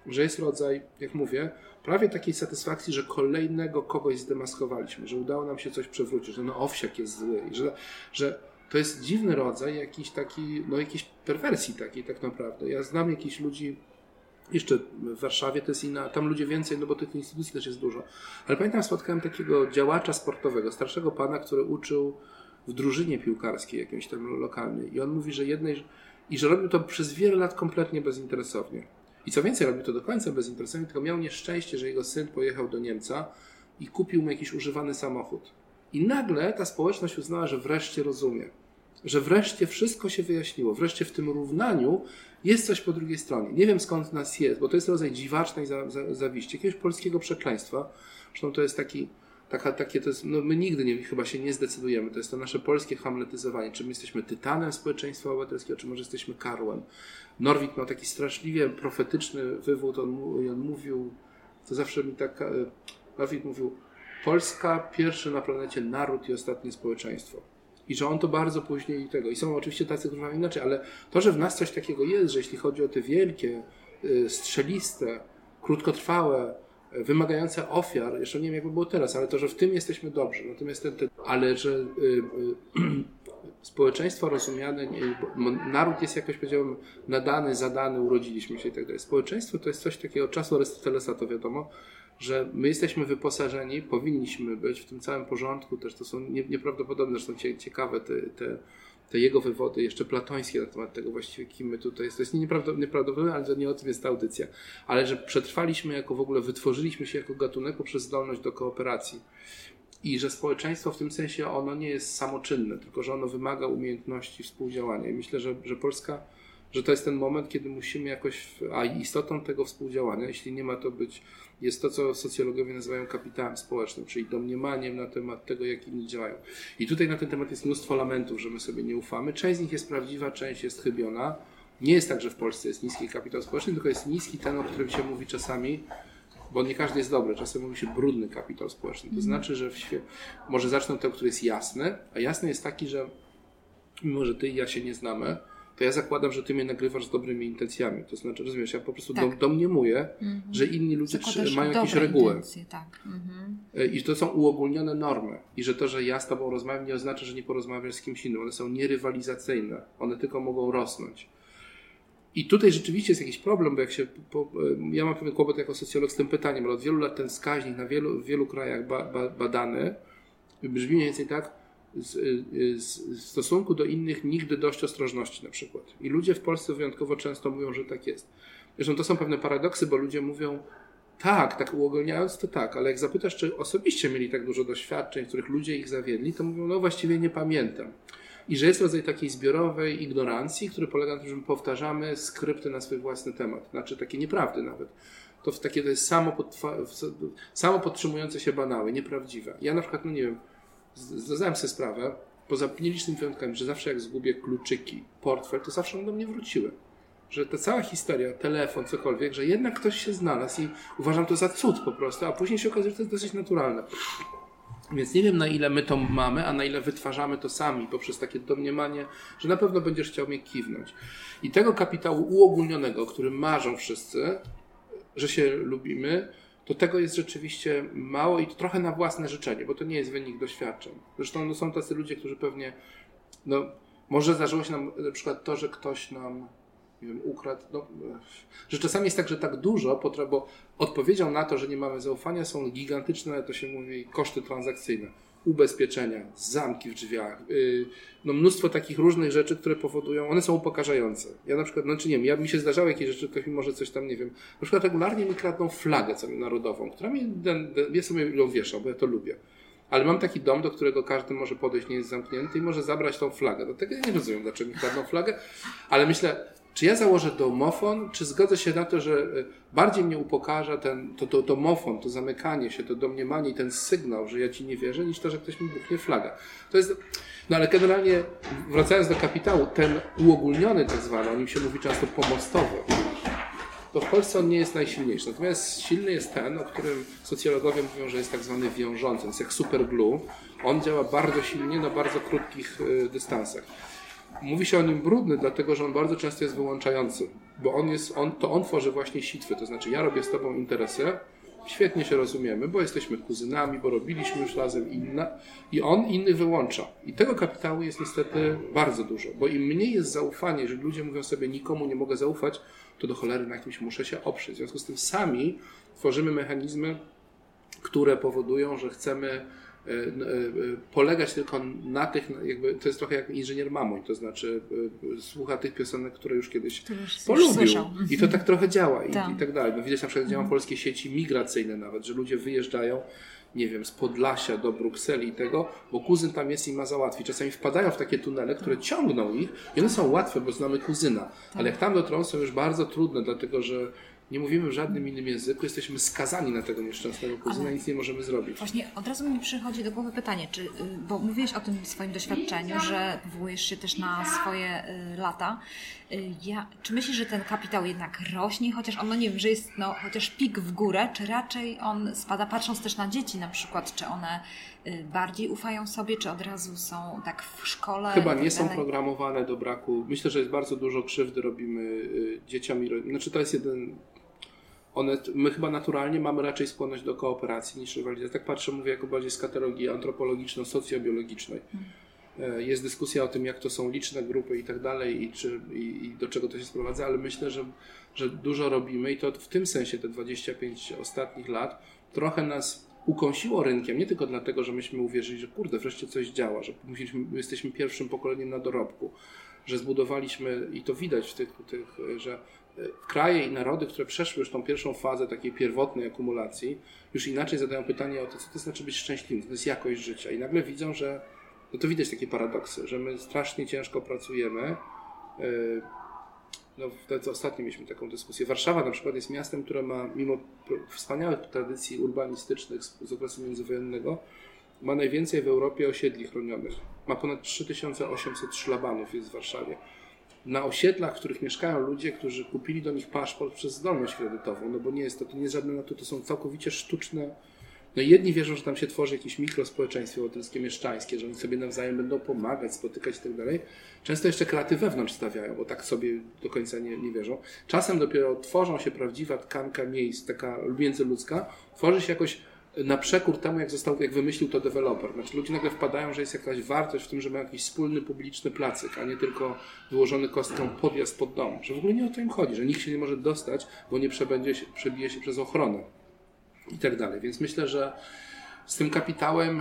S3: że jest rodzaj, jak mówię, prawie takiej satysfakcji, że kolejnego kogoś zdemaskowaliśmy, że udało nam się coś przewrócić, że Owsiak jest zły, że to jest dziwny rodzaj jakiś taki, jakiejś perwersji takiej tak naprawdę. Ja znam jakichś ludzi, jeszcze w Warszawie to jest inna, tam ludzie więcej, bo tych instytucji też jest dużo. Ale pamiętam, spotkałem takiego działacza sportowego, starszego pana, który uczył w drużynie piłkarskiej jakiejś tam lokalnej. I on mówi, że robił to przez wiele lat kompletnie bezinteresownie. I co więcej, robił to do końca bezinteresownie, tylko miał nieszczęście, że jego syn pojechał do Niemca i kupił mu jakiś używany samochód. I nagle ta społeczność uznała, że wreszcie rozumie. Że wreszcie wszystko się wyjaśniło. Wreszcie w tym równaniu jest coś po drugiej stronie. Nie wiem, skąd nas jest, bo to jest rodzaj dziwacznej zawiści, jakiegoś polskiego przekleństwa. Zresztą to jest takie to jest, my nigdy chyba się nie zdecydujemy. To jest to nasze polskie hamletyzowanie. Czy my jesteśmy tytanem społeczeństwa obywatelskiego, czy może jesteśmy karłem. Norwid miał taki straszliwie profetyczny wywód. On mówił, to zawsze mi tak... Norwid mówił, Polska pierwszy na planecie naród i ostatnie społeczeństwo. I że on to bardzo później tego. I są oczywiście tacy, którzy mają inaczej, ale to, że w nas coś takiego jest, że jeśli chodzi o te wielkie, strzeliste, krótkotrwałe, wymagające ofiar, jeszcze nie wiem, jakby było teraz, ale to, że w tym jesteśmy dobrzy. Natomiast ale że społeczeństwo rozumiane, naród jest jakoś, powiedziałbym, nadany, zadany, urodziliśmy się i tak dalej. Społeczeństwo to jest coś takiego, od czasu Arystotelesa to wiadomo, że my jesteśmy wyposażeni, powinniśmy być w tym całym porządku, też to są nieprawdopodobne, zresztą ciekawe te jego wywody, jeszcze platońskie na temat tego właściwie, kim my tutaj jest. To jest nieprawdopodobne, ale to nie o tym jest ta audycja. Ale że przetrwaliśmy w ogóle wytworzyliśmy się jako gatunek poprzez zdolność do kooperacji. I że społeczeństwo w tym sensie ono nie jest samoczynne, tylko że ono wymaga umiejętności współdziałania. I myślę, że Polska, że to jest ten moment, kiedy musimy jakoś, a istotą tego współdziałania, jeśli nie ma to być, jest to, co socjologowie nazywają kapitałem społecznym, czyli domniemaniem na temat tego, jak inni działają. I tutaj na ten temat jest mnóstwo lamentów, że my sobie nie ufamy. Część z nich jest prawdziwa, część jest chybiona. Nie jest tak, że w Polsce jest niski kapitał społeczny, tylko jest niski ten, o którym się mówi czasami, bo nie każdy jest dobry, czasem mówi się brudny kapitał społeczny. To znaczy, że może zacznę od tego, który jest jasny, a jasny jest taki, że mimo, że ty i ja się nie znamy, to ja zakładam, że ty mnie nagrywasz z dobrymi intencjami. To znaczy, rozumiesz, ja po prostu domniemuję, że inni ludzie mają jakieś reguły.
S2: Intencje, tak.
S3: I to są uogólnione normy. I że to, że ja z tobą rozmawiam, nie oznacza, że nie porozmawiasz z kimś innym. One są nierywalizacyjne. One tylko mogą rosnąć. I tutaj rzeczywiście jest jakiś problem, bo ja mam pewien kłopot jako socjolog z tym pytaniem, ale od wielu lat ten wskaźnik w wielu krajach badany brzmi mniej więcej tak, w stosunku do innych nigdy dość ostrożności na przykład. I ludzie w Polsce wyjątkowo często mówią, że tak jest. Zresztą to są pewne paradoksy, bo ludzie mówią tak uogólniając to tak, ale jak zapytasz, czy osobiście mieli tak dużo doświadczeń, w których ludzie ich zawiedli, to mówią, właściwie nie pamiętam. I że jest rodzaj takiej zbiorowej ignorancji, który polega na tym, że my powtarzamy skrypty na swój własny temat. Znaczy takie nieprawdy nawet. To jest samo podtrzymujące się banały, nieprawdziwe. Ja na przykład, nie wiem, zdałem sobie sprawę, poza nielicznymi wyjątkami, że zawsze jak zgubię kluczyki, portfel, to zawsze one do mnie wróciły. Że ta cała historia, telefon, cokolwiek, że jednak ktoś się znalazł i uważam to za cud po prostu, a później się okazuje, że to jest dosyć naturalne. Więc nie wiem, na ile my to mamy, a na ile wytwarzamy to sami poprzez takie domniemanie, że na pewno będziesz chciał mnie kiwnąć. I tego kapitału uogólnionego, o którym marzą wszyscy, że się lubimy, to tego jest rzeczywiście mało i to trochę na własne życzenie, bo to nie jest wynik doświadczeń. Zresztą są tacy ludzie, którzy pewnie, może zdarzyło się nam na przykład to, że ktoś nam, nie wiem, ukradł, że czasami jest tak, że tak dużo, bo odpowiedzią na to, że nie mamy zaufania, są gigantyczne, ale to się mówi, koszty transakcyjne, ubezpieczenia, zamki w drzwiach, mnóstwo takich różnych rzeczy, które powodują, one są upokarzające. Ja na przykład, mi się zdarzały jakieś rzeczy, ktoś mi może coś tam, nie wiem, na przykład regularnie mi kradną flagę narodową, która ja sobie ją wieszam, bo ja to lubię. Ale mam taki dom, do którego każdy może podejść, nie jest zamknięty i może zabrać tą flagę. Dlatego ja nie rozumiem, dlaczego mi kradną flagę, ale myślę, czy ja założę domofon, czy zgodzę się na to, że bardziej mnie upokarza to domofon, to zamykanie się, to domniemanie i ten sygnał, że ja ci nie wierzę, niż to, że ktoś mi buchnie flagę. To jest, ale generalnie, wracając do kapitału, ten uogólniony tak zwany, o nim się mówi często pomostowy, to w Polsce on nie jest najsilniejszy. Natomiast silny jest ten, o którym socjologowie mówią, że jest tak zwany wiążący, jest jak superglue. On działa bardzo silnie na bardzo krótkich dystansach. Mówi się o nim brudny, dlatego że on bardzo często jest wyłączający, bo on tworzy właśnie sitwy, to znaczy ja robię z tobą interesy, świetnie się rozumiemy, bo jesteśmy kuzynami, bo robiliśmy już razem i on innych wyłącza. I tego kapitału jest niestety bardzo dużo, bo im mniej jest zaufanie, jeżeli ludzie mówią sobie nikomu nie mogę zaufać, to do cholery na kimś muszę się oprzeć. W związku z tym sami tworzymy mechanizmy, które powodują, że chcemy polegać tylko na tych, jakby to jest trochę jak inżynier Mamoń, to znaczy słucha tych piosenek, które już kiedyś polubił. I to tak trochę działa i tak dalej. No widać na przykład działają polskie sieci migracyjne nawet, że ludzie wyjeżdżają, nie wiem, z Podlasia do Brukseli i tego, bo kuzyn tam jest i ma załatwić. Czasami wpadają w takie tunele, które ciągną ich i one są łatwe, bo znamy kuzyna. Ale jak tam dotrą, są już bardzo trudne, dlatego że nie mówimy w żadnym innym języku, jesteśmy skazani na tego nieszczęsnego kuzyna, nic nie możemy zrobić.
S2: Właśnie od razu mi przychodzi do głowy pytanie, bo mówiłeś o tym swoim doświadczeniu, że powołujesz się też na swoje lata. Czy myślisz, że ten kapitał jednak rośnie, chociaż on, nie wiem, że jest chociaż pik w górę, czy raczej on spada, patrząc też na dzieci na przykład, czy one bardziej ufają sobie, czy od razu są tak w szkole?
S3: Chyba nie są programowane do braku. Myślę, że jest bardzo dużo krzywdy robimy dzieciom i znaczy to jest jeden... My chyba naturalnie mamy raczej skłonność do kooperacji niż rywalizacji. Tak patrzę, mówię jako bardziej z kategorii antropologiczno-socjobiologicznej. Jest dyskusja o tym, jak to są liczne grupy i tak dalej i do czego to się sprowadza, ale myślę, że dużo robimy i to w tym sensie te 25 ostatnich lat trochę nas ukąsiło rynkiem, nie tylko dlatego, że myśmy uwierzyli, że kurde, wreszcie coś działa, że jesteśmy pierwszym pokoleniem na dorobku, że zbudowaliśmy i to widać że kraje i narody, które przeszły już tą pierwszą fazę takiej pierwotnej akumulacji, już inaczej zadają pytanie o to, co to znaczy być szczęśliwym, to jest jakość życia. I nagle widzą, że no to widać takie paradoksy, że my strasznie ciężko pracujemy. Ostatnio mieliśmy taką dyskusję. Warszawa na przykład jest miastem, które ma, mimo wspaniałych tradycji urbanistycznych z okresu międzywojennego, ma najwięcej w Europie osiedli chronionych. Ma ponad 3800 szlabanów jest w Warszawie. Na osiedlach, w których mieszkają ludzie, którzy kupili do nich paszport przez zdolność kredytową, no bo nie jest to nie jest żadne to są całkowicie sztuczne. No jedni wierzą, że tam się tworzy jakieś mikrospołeczeństwo obywatelskie, mieszczańskie, że oni sobie nawzajem będą pomagać, spotykać i tak dalej. Często jeszcze kraty wewnątrz stawiają, bo tak sobie do końca nie wierzą. Czasem dopiero tworzą się prawdziwa tkanka miejsc, taka międzyludzka, tworzy się jakoś na przekór temu, jak wymyślił to deweloper. Znaczy ludzie nagle wpadają, że jest jakaś wartość w tym, że mają jakiś wspólny, publiczny placyk, a nie tylko wyłożony kostką podjazd pod dom. Że w ogóle nie o to im chodzi, że nikt się nie może dostać, bo nie przebije się przez ochronę i tak dalej. Więc myślę, że z tym kapitałem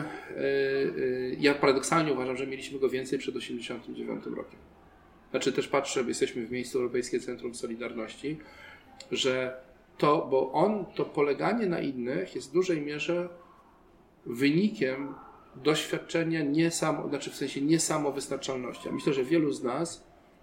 S3: ja paradoksalnie uważam, że mieliśmy go więcej przed 1989 rokiem. Znaczy też patrzę, jesteśmy w miejscu Europejskie Centrum Solidarności, że to poleganie na innych jest w dużej mierze wynikiem doświadczenia niesamowystarczalności. Ja myślę, że wielu z nas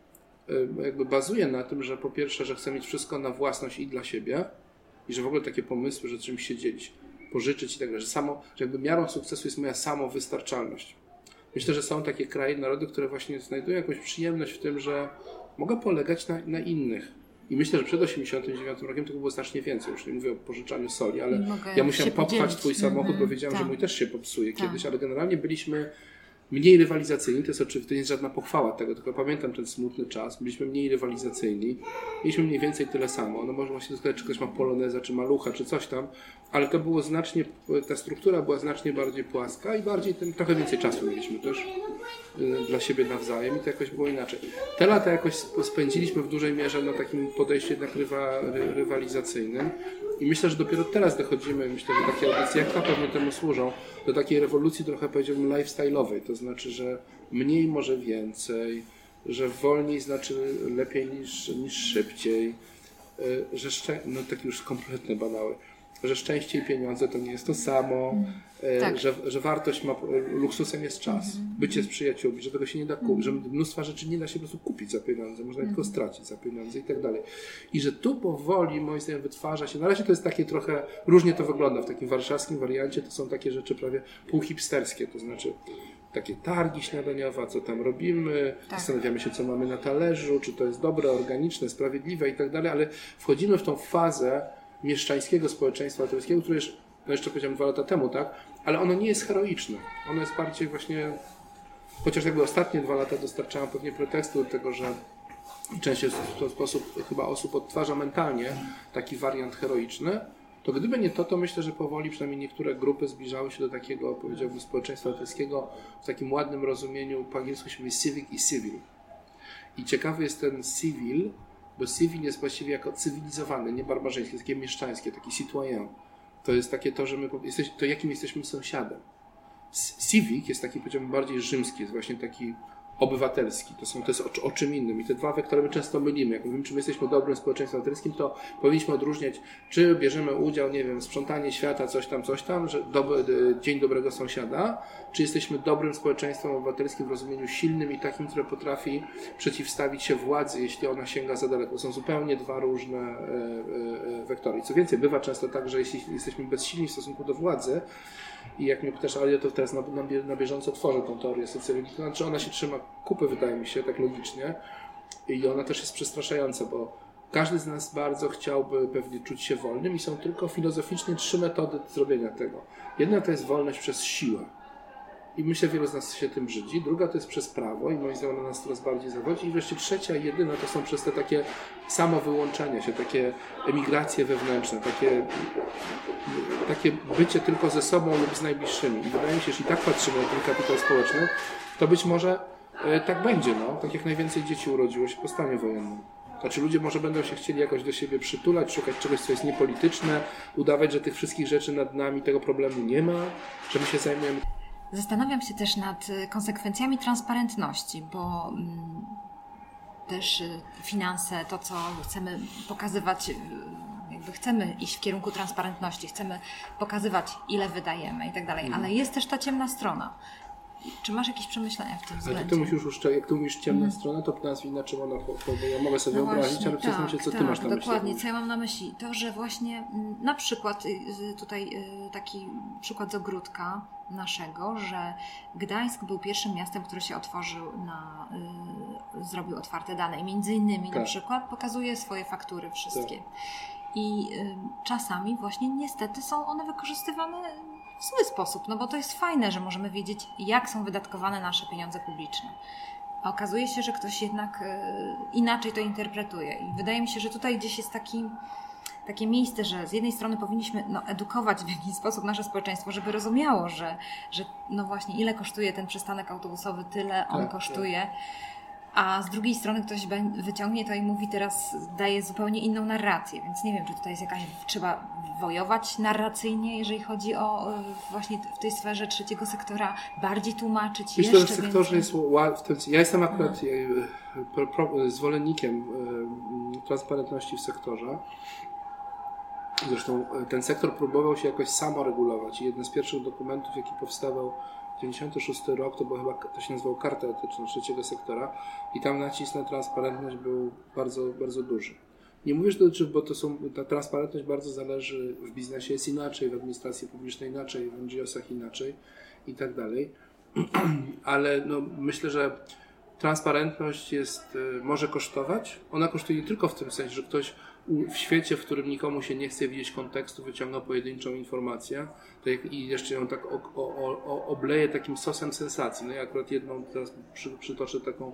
S3: jakby bazuje na tym, że po pierwsze, że chce mieć wszystko na własność i dla siebie i że w ogóle takie pomysły, że czymś się dzielić, pożyczyć i tak dalej, że jakby miarą sukcesu jest moja samowystarczalność. Myślę, że są takie kraje, narody, które właśnie znajdują jakąś przyjemność w tym, że mogę polegać na innych. I myślę, że przed 1989 rokiem tego było znacznie więcej. Już nie mówię o pożyczaniu soli, ale ja musiałem popchać twój samochód, bo wiedziałem, że mój też się popsuje kiedyś, ale generalnie byliśmy mniej rywalizacyjni. To nie jest żadna pochwała tego, tylko pamiętam ten smutny czas. Byliśmy mniej rywalizacyjni. Mieliśmy mniej więcej tyle samo. No może właśnie сказать, czy ktoś ma poloneza, czy malucha, czy coś tam, ale to było ta struktura była znacznie bardziej płaska i trochę więcej czasu mieliśmy też dla siebie nawzajem i to jakoś było inaczej. Te lata jakoś spędziliśmy w dużej mierze na takim podejściu jednak rywalizacyjnym i myślę, że dopiero teraz dochodzimy, myślę, że takie audycje jak ta pewnie temu służą, do takiej rewolucji trochę powiedziałbym lifestyle'owej, to znaczy, że mniej może więcej, że wolniej znaczy lepiej niż szybciej, że takie już kompletne banały, że szczęście i pieniądze to nie jest to samo, że wartość luksusem jest czas, bycie z przyjaciółmi, że tego się nie da kupić, że mnóstwa rzeczy nie da się po prostu kupić za pieniądze, można tylko stracić za pieniądze i tak dalej. I że tu powoli, moim zdaniem, wytwarza się, na razie to jest takie trochę, różnie to wygląda, w takim warszawskim wariancie to są takie rzeczy prawie półhipsterskie, to znaczy takie targi śniadaniowe, co tam robimy, zastanawiamy się, co mamy na talerzu, czy to jest dobre, organiczne, sprawiedliwe i tak dalej, ale wchodzimy w tą fazę mieszczańskiego społeczeństwa autorskiego, które jeszcze powiedziałem 2 lata temu, tak? Ale ono nie jest heroiczne. Ono jest bardziej właśnie Chociaż jakby ostatnie 2 lata dostarczają pewnie pretekstu do tego, że częściej w ten sposób chyba osób odtwarza mentalnie taki wariant heroiczny, to gdyby nie to myślę, że powoli przynajmniej niektóre grupy zbliżały się do takiego, powiedziałbym, społeczeństwa obywatelskiego w takim ładnym rozumieniu, po angielsku się mówi civic i civil. I ciekawy jest ten civil, bo civil jest właściwie jako cywilizowany, nie barbarzyński, takie mieszczańskie, taki citoyen. To jest takie to, że to jakim jesteśmy sąsiadem. Civic jest taki, powiedziałbym, bardziej rzymski, jest właśnie taki obywatelski. To jest o czym innym. I te dwa wektory my często mylimy. Jak mówimy, czy my jesteśmy dobrym społeczeństwem obywatelskim, to powinniśmy odróżniać, czy bierzemy udział, nie wiem, w sprzątanie świata, coś tam, że dzień dobrego sąsiada, czy jesteśmy dobrym społeczeństwem obywatelskim w rozumieniu silnym i takim, które potrafi przeciwstawić się władzy, jeśli ona sięga za daleko. Są zupełnie dwa różne wektory. I co więcej, bywa często tak, że jeśli jesteśmy bezsilni w stosunku do władzy, i jak mnie pytasz, ale ja to teraz na bieżąco tworzę tą teorię socjologii, to znaczy ona się trzyma kupy, wydaje mi się, tak logicznie, i ona też jest przestraszająca, bo każdy z nas bardzo chciałby pewnie czuć się wolnym i są tylko filozoficznie 3 metody zrobienia tego. Jedna to jest wolność przez siłę. I myślę, wielu z nas się tym brzydzi. Druga to jest przez prawo i moim zdaniem ona nas coraz bardziej zawodzi. I wreszcie trzecia i jedyna to są przez te takie samowyłączenia się, takie emigracje wewnętrzne, takie bycie tylko ze sobą lub z najbliższymi. I wydaje mi się, że jeśli tak patrzymy na ten kapitał społeczny, to być może tak będzie, tak jak najwięcej dzieci urodziło się po stanie wojennym. Znaczy ludzie może będą się chcieli jakoś do siebie przytulać, szukać czegoś, co jest niepolityczne, udawać, że tych wszystkich rzeczy nad nami, tego problemu nie ma, że my się zajmujemy.
S2: Zastanawiam się też nad konsekwencjami transparentności, bo też finanse, to co chcemy pokazywać, jakby chcemy iść w kierunku transparentności, chcemy pokazywać, ile wydajemy i tak dalej, ale jest też ta ciemna strona. Czy masz jakieś przemyślenia w tym względzie?
S3: Ale ty musisz jak ty mówisz ciemna strona, to nazwij na czym ona, bo ja mogę sobie wyobrazić, ale przedstawiam się, co ty masz na myśli.
S2: Dokładnie, co ja mam na myśli. To, że właśnie na przykład tutaj taki przykład z ogródka naszego, że Gdańsk był pierwszym miastem, które się otworzył zrobił otwarte dane i między innymi na przykład pokazuje swoje faktury wszystkie. Tak. I czasami właśnie niestety są one wykorzystywane w zły sposób, bo to jest fajne, że możemy wiedzieć, jak są wydatkowane nasze pieniądze publiczne. A okazuje się, że ktoś jednak inaczej to interpretuje. I wydaje mi się, że tutaj gdzieś jest takie miejsce, że z jednej strony powinniśmy edukować w jakiś sposób nasze społeczeństwo, żeby rozumiało, że właśnie ile kosztuje ten przystanek autobusowy, tyle on kosztuje. A z drugiej strony ktoś wyciągnie to i mówi teraz, daje zupełnie inną narrację, więc nie wiem, czy tutaj jest trzeba wojować narracyjnie, jeżeli chodzi o właśnie w tej sferze trzeciego sektora, bardziej tłumaczyć
S3: jeszcze więcej. Myślę, że w sektorze jest łatwiej. Ja jestem akurat zwolennikiem transparentności w sektorze. Zresztą ten sektor próbował się jakoś samoregulować i jeden z pierwszych dokumentów, jaki powstawał 96 rok, to chyba to się nazywało Karta Etyczna trzeciego sektora i tam nacisk na transparentność był bardzo, bardzo duży. Nie mówię, że bo ta transparentność bardzo zależy, w biznesie jest inaczej, w administracji publicznej inaczej, w NGO-sach inaczej i tak dalej, ale myślę, że transparentność może kosztować. Ona kosztuje nie tylko w tym sensie, że ktoś w świecie, w którym nikomu się nie chce widzieć kontekstu, wyciągnął pojedynczą informację i jeszcze ją tak obleje takim sosem sensacji. Ja akurat jedną teraz przytoczę taką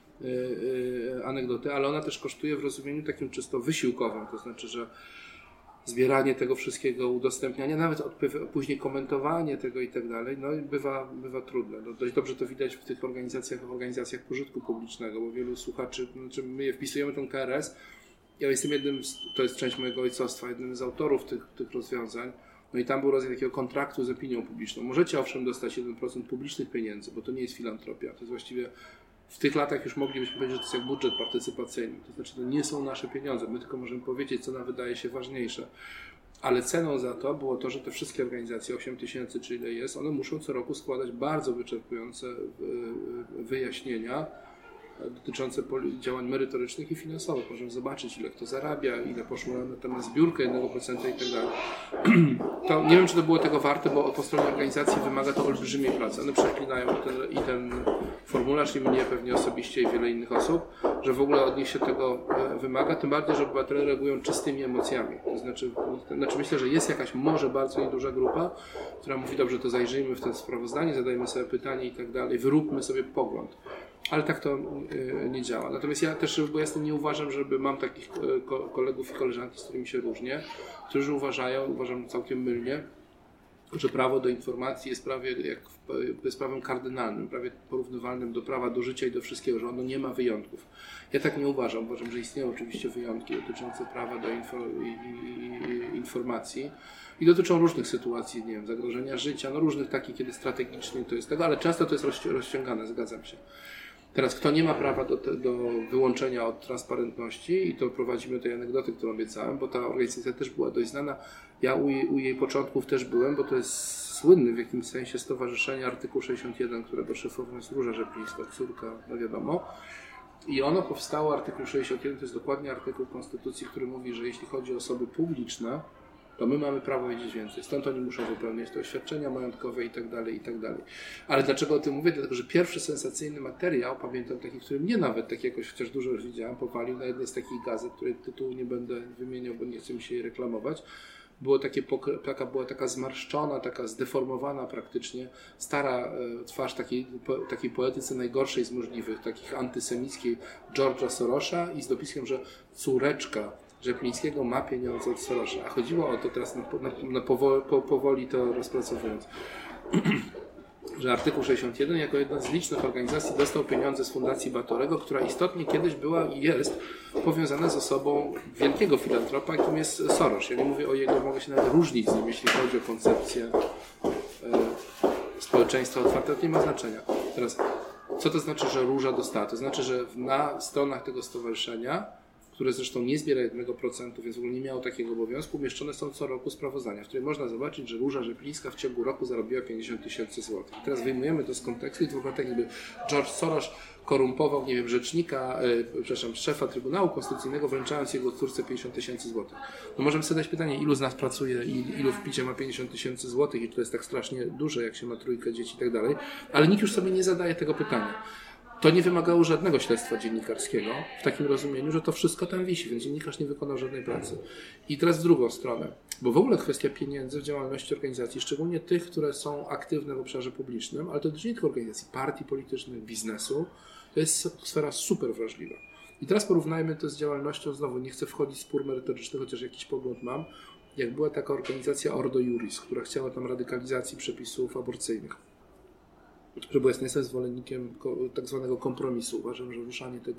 S3: anegdotę, ale ona też kosztuje w rozumieniu takim czysto wysiłkowym, to znaczy, że zbieranie tego wszystkiego, udostępnianie, nawet później komentowanie tego i tak dalej, bywa trudne. Dość dobrze to widać w tych organizacjach pożytku publicznego, bo wielu słuchaczy, my wpisujemy ten KRS. Ja jestem to jest część mojego ojcostwa, jednym z autorów tych rozwiązań. I tam był rodzaj takiego kontraktu z opinią publiczną. Możecie owszem dostać 1% publicznych pieniędzy, bo to nie jest filantropia. To jest właściwie, w tych latach już moglibyśmy powiedzieć, że to jest jak budżet partycypacyjny. To znaczy, to nie są nasze pieniądze. My tylko możemy powiedzieć, co nam wydaje się ważniejsze. Ale ceną za to było to, że te wszystkie organizacje, 8000 czy ile jest, one muszą co roku składać bardzo wyczerpujące wyjaśnienia dotyczące działań merytorycznych i finansowych. Możemy zobaczyć, ile kto zarabia, ile poszło na zbiórkę 1% i tak dalej. To nie wiem, czy to było tego warte, bo po stronie organizacji wymaga to olbrzymiej pracy. One przeklinają i ten formularz, i mnie pewnie osobiście, i wiele innych osób. że w ogóle od nich się tego wymaga, tym bardziej, że obywatele reagują czystymi emocjami. To znaczy myślę, że jest jakaś może bardzo nieduża grupa, która mówi, dobrze, to zajrzyjmy w to sprawozdanie, zadajmy sobie pytanie i tak dalej, wyróbmy sobie pogląd. Ale tak to nie działa. Natomiast ja też, bo jasno nie uważam, żeby mam takich kolegów i koleżanki, z którymi się różnię, którzy uważam całkiem mylnie, że prawo do informacji jest prawem kardynalnym, prawie porównywalnym do prawa do życia i do wszystkiego, że ono nie ma wyjątków. Ja tak nie uważam. Uważam, że istnieją oczywiście wyjątki dotyczące prawa do informacji i dotyczą różnych sytuacji, nie wiem, zagrożenia życia, no różnych takich, kiedy strategicznie to jest tego, ale często to jest rozciągane, zgadzam się. Teraz, kto nie ma prawa do wyłączenia od transparentności, i to prowadzimy tej anegdoty, którą obiecałem, bo ta organizacja też była dość znana. Ja u jej początków też byłem, bo to jest słynny w jakimś sensie stowarzyszenie artykuł 61, którego szefową jest Róża Rzeplińska, córka, no wiadomo. I ono powstało, artykuł 61, to jest dokładnie artykuł Konstytucji, który mówi, że jeśli chodzi o osoby publiczne, to my mamy prawo wiedzieć więcej. Stąd oni muszą wypełniać te oświadczenia majątkowe i tak dalej, i tak dalej. Ale dlaczego o tym mówię? Dlatego, że pierwszy sensacyjny materiał, pamiętam taki, który mnie nawet tak jakoś, chociaż dużo już widziałem, powalił na jednej z takich gazet, której tytułu nie będę wymieniał, bo nie chcę mi się jej reklamować. Była taka zmarszczona, taka zdeformowana praktycznie, stara twarz takiej poetyce najgorszej z możliwych, takich antysemickiej George'a Sorosa i z dopiskiem, że córeczka Rzeplińskiego ma pieniądze od Sorosa. A chodziło o to teraz powoli to rozpracowując, że artykuł 61 jako jedna z licznych organizacji dostał pieniądze z Fundacji Batorego, która istotnie kiedyś była i jest powiązana z osobą wielkiego filantropa, jakim jest Soros. Ja nie mówię o jego, mogę się nawet różnić z nim, jeśli chodzi o koncepcję społeczeństwa otwartego, to nie ma znaczenia. Teraz, co to znaczy, że Róża dostała? To znaczy, że na stronach tego stowarzyszenia, które zresztą nie zbiera 1%, więc w ogóle nie miało takiego obowiązku, umieszczone są co roku sprawozdania, w których można zobaczyć, że Róża Rzeplińska w ciągu roku zarobiła 50 000 złotych. Teraz wyjmujemy to z kontekstu i to wygląda tak, jakby George Soros korumpował, nie wiem, szefa Trybunału Konstytucyjnego, wręczając jego córce 50 000 złotych. No możemy sobie dać pytanie, ilu z nas pracuje i ilu w picie ma 50 000 złotych i to jest tak strasznie duże, jak się ma trójkę dzieci i tak dalej, ale nikt już sobie nie zadaje tego pytania. To nie wymagało żadnego śledztwa dziennikarskiego, w takim rozumieniu, że to wszystko tam wisi, więc dziennikarz nie wykonał żadnej pracy. I teraz w drugą stronę, bo w ogóle kwestia pieniędzy w działalności organizacji, szczególnie tych, które są aktywne w obszarze publicznym, ale to dotyczy nie tylko organizacji, partii politycznych, biznesu, to jest sfera super wrażliwa. I teraz porównajmy to z działalnością, znowu nie chcę wchodzić w spór merytoryczny, chociaż jakiś pogląd mam, jak była taka organizacja Ordo Iuris, która chciała tam radykalizacji przepisów aborcyjnych. Bo jestem zwolennikiem tak zwanego kompromisu. Uważam, że ruszanie tego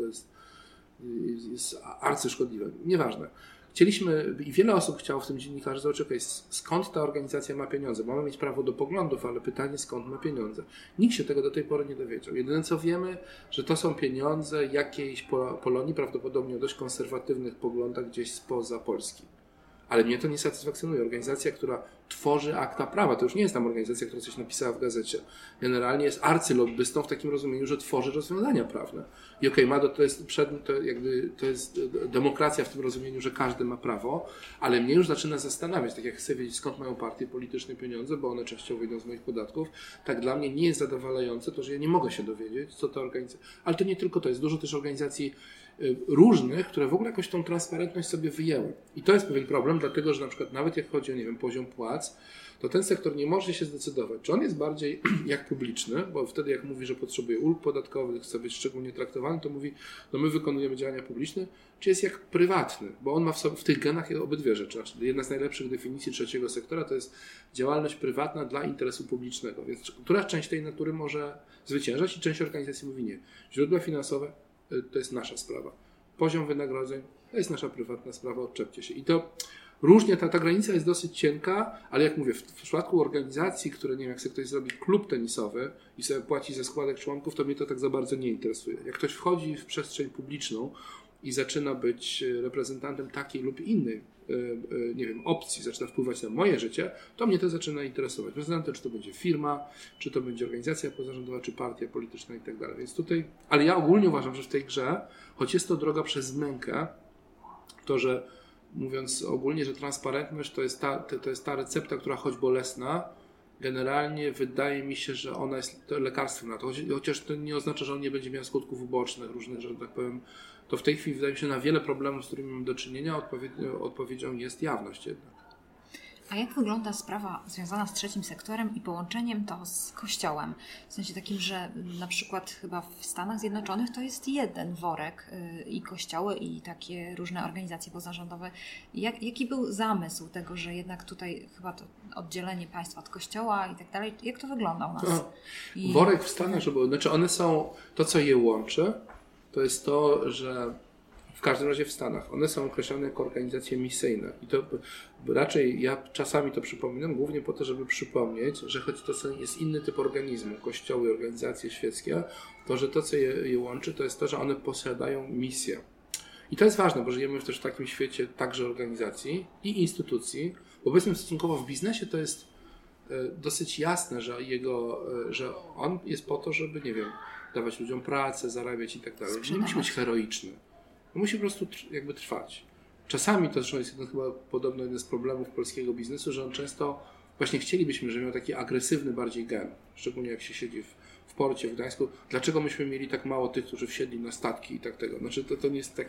S3: jest arcyszkodliwe. Nieważne. Chcieliśmy, i wiele osób chciało w tym dziennikarzy zobaczyć, skąd ta organizacja ma pieniądze. Mamy mieć prawo do poglądów, ale pytanie, skąd ma pieniądze. Nikt się tego do tej pory nie dowiedział. Jedyne co wiemy, że to są pieniądze jakiejś Polonii, prawdopodobnie o dość konserwatywnych poglądach gdzieś spoza Polski. Ale mnie to nie satysfakcjonuje. Organizacja, która tworzy akta prawa, to już nie jest tam organizacja, która coś napisała w gazecie. Generalnie jest arcylobbystą w takim rozumieniu, że tworzy rozwiązania prawne. I to jest demokracja w tym rozumieniu, że każdy ma prawo, ale mnie już zaczyna zastanawiać, tak jak chcę wiedzieć, skąd mają partie polityczne pieniądze, bo one częściowo wyjdą z moich podatków, tak dla mnie nie jest zadowalające to, że ja nie mogę się dowiedzieć, co to organizacja. Ale to nie tylko to, jest dużo też organizacji różnych, które w ogóle jakoś tą transparentność sobie wyjęły. I to jest pewien problem, dlatego że na przykład nawet jak chodzi o, nie wiem, poziom płac, to ten sektor nie może się zdecydować, czy on jest bardziej jak publiczny, bo wtedy jak mówi, że potrzebuje ulg podatkowych, chce być szczególnie traktowany, to mówi, no my wykonujemy działania publiczne, czy jest jak prywatny, bo on ma w tych genach obydwie rzeczy. Jedna z najlepszych definicji trzeciego sektora to jest działalność prywatna dla interesu publicznego, więc która część tej natury może zwyciężać i część organizacji mówi nie. Źródła finansowe to jest nasza sprawa. Poziom wynagrodzeń to jest nasza prywatna sprawa, odczepcie się. I to różnie, ta granica jest dosyć cienka, ale jak mówię, w przypadku organizacji, które, nie wiem, jak sobie ktoś zrobi klub tenisowy i sobie płaci ze składek członków, to mnie to tak za bardzo nie interesuje. Jak ktoś wchodzi w przestrzeń publiczną i zaczyna być reprezentantem takiej lub innej, nie wiem, opcji, zaczyna wpływać na moje życie, to mnie to zaczyna interesować. Bez względu na to, czy to będzie firma, czy to będzie organizacja pozarządowa, czy partia polityczna i tak dalej. Więc tutaj, ale ja ogólnie uważam, że w tej grze, choć jest to droga przez mękę, to, że mówiąc ogólnie, że transparentność to jest ta recepta, która choć bolesna, generalnie wydaje mi się, że ona jest lekarstwem na to. Chociaż to nie oznacza, że on nie będzie miał skutków ubocznych, różnych, że tak powiem, to w tej chwili wydaje mi się na wiele problemów, z którymi mamy do czynienia, odpowiedzią jest jawność jednak.
S2: A jak wygląda sprawa związana z trzecim sektorem i połączeniem to z Kościołem? W sensie takim, że na przykład chyba w Stanach Zjednoczonych to jest jeden worek i kościoły i takie różne organizacje pozarządowe. Jaki był zamysł tego, że jednak tutaj chyba to oddzielenie państwa od Kościoła i tak dalej, jak to wygląda u nas?
S3: Worek w Stanach, znaczy one są, to co je łączy, to jest to, że w każdym razie w Stanach. One są określone jako organizacje misyjne. I to raczej ja czasami to przypominam, głównie po to, żeby przypomnieć, że choć to jest inny typ organizmu, kościoły, organizacje świeckie, to, że to, co je łączy, to jest to, że one posiadają misję. I to jest ważne, bo żyjemy też w takim świecie także organizacji i instytucji. Bo obecnie stosunkowo w biznesie to jest dosyć jasne, że on jest po to, żeby, nie wiem, dawać ludziom pracę, zarabiać i tak dalej. Nie musi być heroiczny. Musi po prostu jakby trwać. Czasami to zresztą jest chyba podobno jeden z problemów polskiego biznesu, że on często właśnie chcielibyśmy, żeby miał taki agresywny bardziej gen. Szczególnie jak się siedzi w porcie w Gdańsku. Dlaczego myśmy mieli tak mało tych, którzy wsiedli na statki i tak tego? Znaczy to nie jest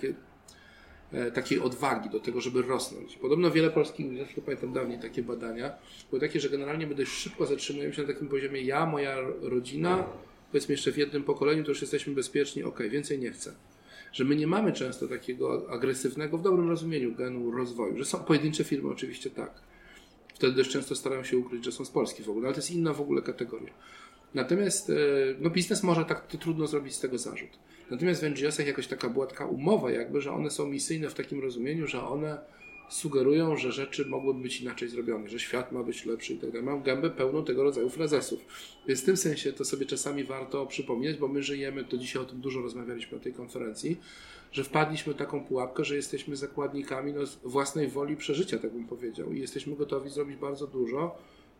S3: takiej odwagi do tego, żeby rosnąć. Podobno wiele polskich biznesów, pamiętam dawniej takie badania, były takie, że generalnie my dość szybko zatrzymujemy się na takim poziomie ja, moja rodzina, powiedzmy jeszcze w jednym pokoleniu, to już jesteśmy bezpieczni, więcej nie chcę. Że my nie mamy często takiego agresywnego, w dobrym rozumieniu, genu rozwoju. Że są pojedyncze firmy oczywiście tak. Wtedy dość często starają się ukryć, że są z Polski w ogóle, ale to jest inna w ogóle kategoria. Natomiast biznes może tak, to trudno zrobić z tego zarzut. Natomiast w NGO-sach jakoś była taka umowa jakby, że one są misyjne w takim rozumieniu, że one sugerują, że rzeczy mogłyby być inaczej zrobione, że świat ma być lepszy i tak dalej. Mam gębę pełną tego rodzaju frazesów. Więc w tym sensie to sobie czasami warto przypomnieć, bo my żyjemy, to dzisiaj o tym dużo rozmawialiśmy na tej konferencji, że wpadliśmy w taką pułapkę, że jesteśmy zakładnikami z własnej woli przeżycia, tak bym powiedział. I jesteśmy gotowi zrobić bardzo dużo,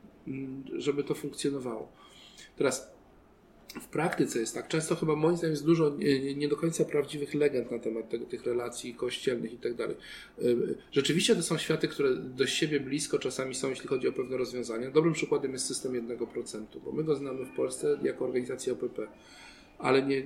S3: żeby to funkcjonowało. Teraz w praktyce jest tak, często chyba moim zdaniem jest dużo nie do końca prawdziwych legend na temat tych relacji kościelnych i tak dalej. Rzeczywiście to są światy, które do siebie blisko czasami są, jeśli chodzi o pewne rozwiązania. Dobrym przykładem jest system 1%, bo my go znamy w Polsce jako organizacja OPP. Ale nie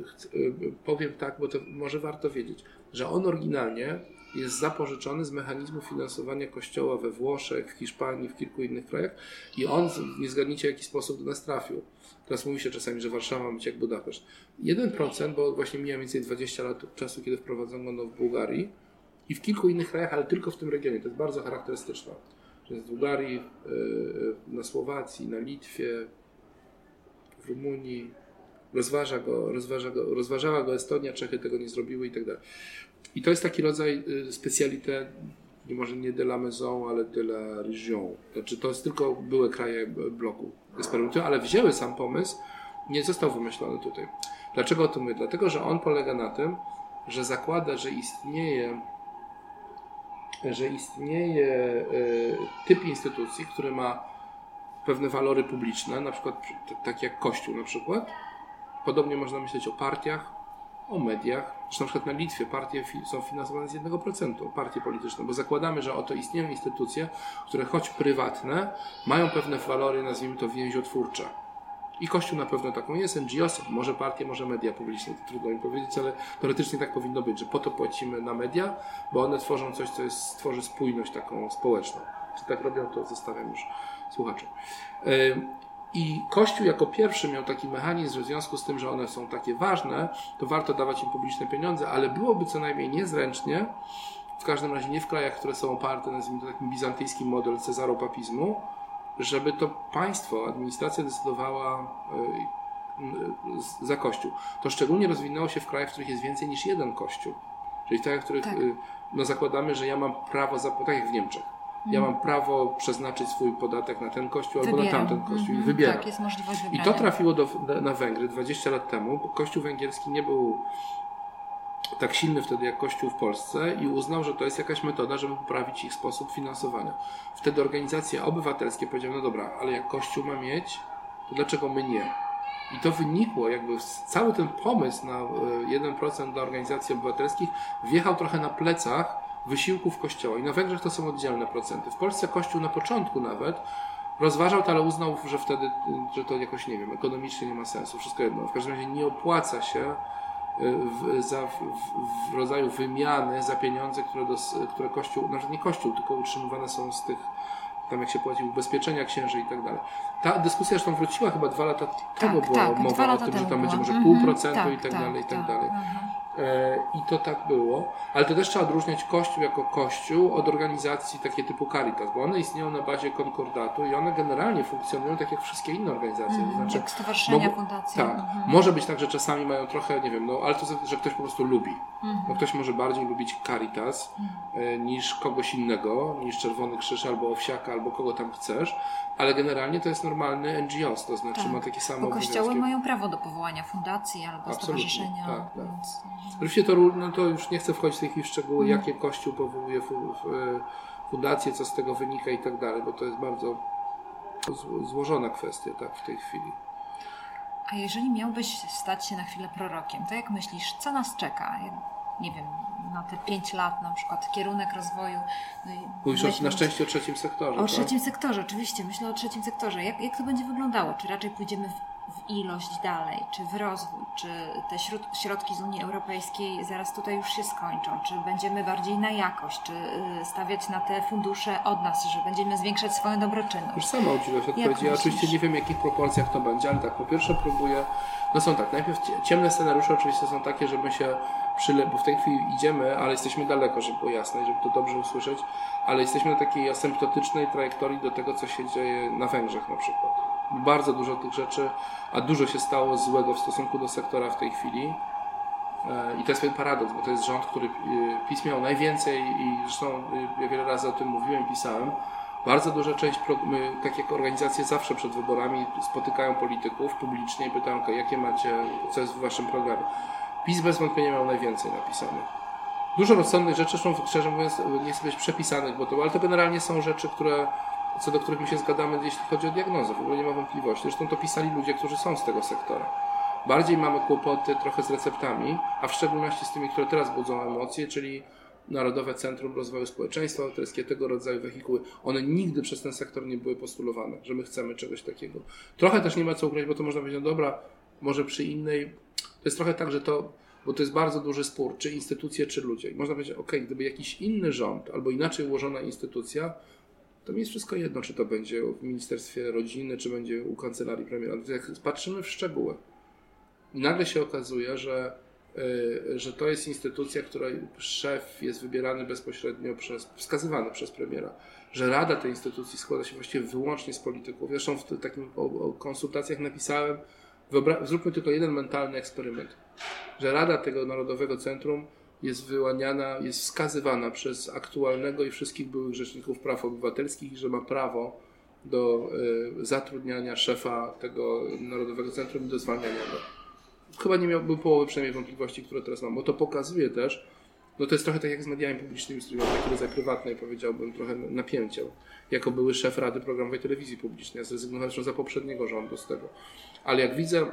S3: powiem tak, bo to może warto wiedzieć, że on oryginalnie jest zapożyczony z mechanizmu finansowania kościoła we Włoszech, w Hiszpanii, w kilku innych krajach i on, nie zgadnijcie w jaki sposób do nas trafił. Teraz mówi się czasami, że Warszawa ma być jak Budapeszt. 1%, bo właśnie mija mniej więcej 20 lat od czasu, kiedy wprowadzono go w Bułgarii i w kilku innych krajach, ale tylko w tym regionie. To jest bardzo charakterystyczne. Że jest w Bułgarii, na Słowacji, na Litwie, w Rumunii. Rozważała go Estonia, Czechy tego nie zrobiły i tak dalej. I to jest taki rodzaj specalité, może nie de la maison, ale de la région. Znaczy to jest tylko były kraje bloku eksperymentu, ale wzięły sam pomysł, nie został wymyślony tutaj. Dlaczego o tym mówię? Dlatego, że on polega na tym, że zakłada, że istnieje typ instytucji, który ma pewne walory publiczne, na przykład tak jak Kościół na przykład. Podobnie można myśleć o partiach, o mediach. Zresztą na przykład na Litwie partie są finansowane z 1%, partie polityczne, bo zakładamy, że oto istnieją instytucje, które choć prywatne, mają pewne walory, nazwijmy to więziotwórcze. I Kościół na pewno taką jest, NGOs, może partie, może media publiczne, to trudno mi powiedzieć, ale teoretycznie tak powinno być, że po to płacimy na media, bo one tworzą coś, co stworzy spójność taką społeczną. Czy tak robią, to zostawiam już słuchaczom. I Kościół jako pierwszy miał taki mechanizm, że w związku z tym, że one są takie ważne, to warto dawać im publiczne pieniądze, ale byłoby co najmniej niezręcznie, w każdym razie nie w krajach, które są oparte, nazwijmy to takim bizantyjskim model cezaropapizmu, żeby to państwo, administracja decydowała za Kościół. To szczególnie rozwinęło się w krajach, w których jest więcej niż jeden Kościół. Czyli w krajach, w których zakładamy, że ja mam prawo, tak jak w Niemczech, ja mam prawo przeznaczyć swój podatek na ten kościół albo na tamten kościół i wybieram.
S2: Tak, jest możliwość wybrania.
S3: I to trafiło na Węgry 20 lat temu, bo kościół węgierski nie był tak silny wtedy jak kościół w Polsce i uznał, że to jest jakaś metoda, żeby poprawić ich sposób finansowania. Wtedy organizacje obywatelskie powiedziały, no dobra, ale jak kościół ma mieć, to dlaczego my nie? I to wynikło, jakby cały ten pomysł na 1% dla organizacji obywatelskich wjechał trochę na plecach wysiłków Kościoła. I na Węgrzech to są oddzielne procenty. W Polsce Kościół na początku nawet rozważał to, ale uznał, że wtedy, że to jakoś, nie wiem, ekonomicznie nie ma sensu. Wszystko jedno. W każdym razie nie opłaca się w rodzaju wymiany za pieniądze, które Kościół, nawet nie Kościół, tylko utrzymywane są z tych, tam jak się płaci ubezpieczenia księży i tak dalej. Ta dyskusja zresztą wróciła chyba 2 lata temu, była mowa o tym, że tam będzie może 0,5% i tak dalej, i tak dalej. I to tak było, ale to też trzeba odróżniać Kościół jako Kościół od organizacji takie typu Caritas, bo one istnieją na bazie konkordatu i one generalnie funkcjonują tak jak wszystkie inne organizacje. To znaczy,
S2: jak stowarzyszenia, fundacje.
S3: Tak. Może być tak, że czasami mają trochę, nie wiem, no ale to, że ktoś po prostu lubi. Bo ktoś może bardziej lubić Caritas niż kogoś innego, niż Czerwony Krzyż albo Owsiaka, albo kogo tam chcesz, ale generalnie to jest normalny NGOs, to znaczy ma takie samo
S2: obowiązki. Kościoły mają prawo do powołania fundacji albo stowarzyszenia.
S3: Tak.
S2: Więc...
S3: Oczywiście to już nie chcę wchodzić w tej chwili w szczegóły, jakie Kościół powołuje fundacje, co z tego wynika i tak dalej, bo to jest bardzo złożona kwestia tak w tej chwili.
S2: A jeżeli miałbyś stać się na chwilę prorokiem, to jak myślisz, co nas czeka? Nie wiem, na te 5 lat na przykład, kierunek rozwoju.
S3: Mówisz na szczęście o trzecim sektorze.
S2: O trzecim sektorze, oczywiście. Myślę o trzecim sektorze. Jak to będzie wyglądało? Czy raczej pójdziemy w ilość dalej, czy w rozwój, czy te środki z Unii Europejskiej zaraz tutaj już się skończą, czy będziemy bardziej na jakość, czy stawiać na te fundusze od nas, że będziemy zwiększać swoją dobroczynność?
S3: Już sama udzielasz odpowiedzi. Ja oczywiście nie wiem, w jakich proporcjach to będzie, ale tak, po pierwsze próbuję, są tak, najpierw ciemne scenariusze oczywiście są takie, że my się bo w tej chwili idziemy, ale jesteśmy daleko, żeby było jasne, żeby to dobrze usłyszeć, ale jesteśmy na takiej asymptotycznej trajektorii do tego, co się dzieje na Węgrzech na przykład. Bardzo dużo tych rzeczy, a dużo się stało złego w stosunku do sektora w tej chwili. I to jest pewien paradoks, bo to jest rząd, który PiS miał najwięcej i zresztą ja wiele razy o tym mówiłem, pisałem. Bardzo duża część, my, tak jak organizacje zawsze przed wyborami spotykają polityków publicznie i pytają, jakie macie, co jest w waszym programie. PiS bez wątpienia miał najwięcej napisanych. Dużo rozsądnych rzeczy, zresztą szczerze mówiąc, nie chcę być przepisanych, ale to generalnie są rzeczy, co do których my się zgadzamy, jeśli chodzi o diagnozę. W ogóle nie ma wątpliwości. Zresztą to pisali ludzie, którzy są z tego sektora. Bardziej mamy kłopoty trochę z receptami, a w szczególności z tymi, które teraz budzą emocje, czyli Narodowe Centrum Rozwoju Społeczeństwa Obywatelskie, tego rodzaju wehikuły. One nigdy przez ten sektor nie były postulowane, że my chcemy czegoś takiego. Trochę też nie ma co ukryć, bo to można powiedzieć, no dobra, może przy innej... To jest trochę tak, że bo to jest bardzo duży spór, czy instytucje, czy ludzie. I można powiedzieć, gdyby jakiś inny rząd, albo inaczej ułożona instytucja, to mi jest wszystko jedno, czy to będzie w Ministerstwie Rodziny, czy będzie u Kancelarii Premiera. Jak patrzymy w szczegóły i nagle się okazuje, że to jest instytucja, której szef jest wybierany bezpośrednio wskazywany przez premiera, że rada tej instytucji składa się właściwie wyłącznie z polityków. Zresztą w takim konsultacjach napisałem, zróbmy tylko jeden mentalny eksperyment, że rada tego Narodowego Centrum jest wyłaniana, jest wskazywana przez aktualnego i wszystkich byłych rzeczników praw obywatelskich, że ma prawo do zatrudniania szefa tego Narodowego Centrum i do zwalniania go. Chyba nie miałbym połowy przynajmniej wątpliwości, które teraz mam, bo to pokazuje też, no to jest trochę tak jak z mediami publicznymi, z którymi mam taki rodzaj prywatnej, powiedziałbym, trochę napięcia. Jako były szef Rady Programowej Telewizji Publicznej, ja zrezygnowałem za poprzedniego rządu z tego. Ale jak widzę,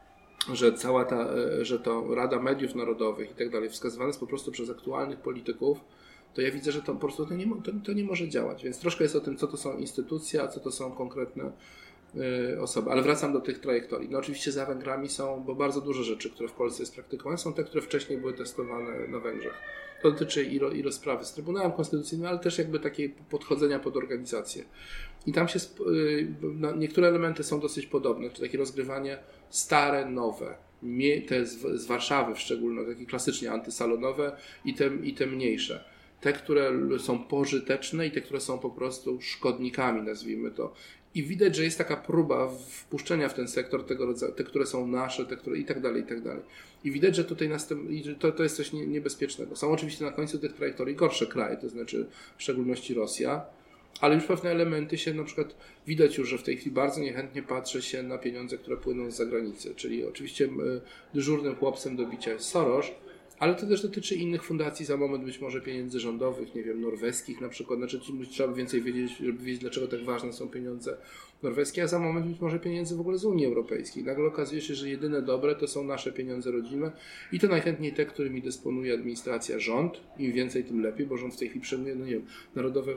S3: że że to Rada Mediów Narodowych i tak dalej wskazywana jest po prostu przez aktualnych polityków, to ja widzę, że to po prostu to nie może działać. Więc troszkę jest o tym, co to są instytucje, a co to są konkretne osoby. Ale wracam do tych trajektorii. No oczywiście za Węgrami są, bo bardzo dużo rzeczy, które w Polsce jest praktykowane, są te, które wcześniej były testowane na Węgrzech. To dotyczy i rozprawy z Trybunałem Konstytucyjnym, ale też jakby takiej podchodzenia pod organizację. I tam się niektóre elementy są dosyć podobne, czyli takie rozgrywanie stare, nowe. Te z Warszawy w szczególności, takie klasycznie antysalonowe i te mniejsze. Te, które są pożyteczne i te, które są po prostu szkodnikami, nazwijmy to. I widać, że jest taka próba wpuszczenia w ten sektor tego rodzaju, te, które są nasze, te, które i tak dalej, i tak dalej. I widać, że tutaj to jest coś niebezpiecznego. Są oczywiście na końcu tych trajektorii gorsze kraje, to znaczy w szczególności Rosja, ale już pewne elementy się na przykład widać już, że w tej chwili bardzo niechętnie patrzy się na pieniądze, które płyną z zagranicy. Czyli oczywiście dyżurnym chłopcem do bicia jest Soros, ale to też dotyczy innych fundacji, za moment być może pieniędzy rządowych, nie wiem, norweskich na przykład, znaczy trzeba by więcej wiedzieć, żeby wiedzieć, dlaczego tak ważne są pieniądze norweskie, a za moment być może pieniędzy w ogóle z Unii Europejskiej. Nagle okazuje się, że jedyne dobre to są nasze pieniądze rodzinne i to najchętniej te, którymi dysponuje administracja, rząd, im więcej, tym lepiej, bo rząd w tej chwili przejmuje, no nie wiem, Narodowe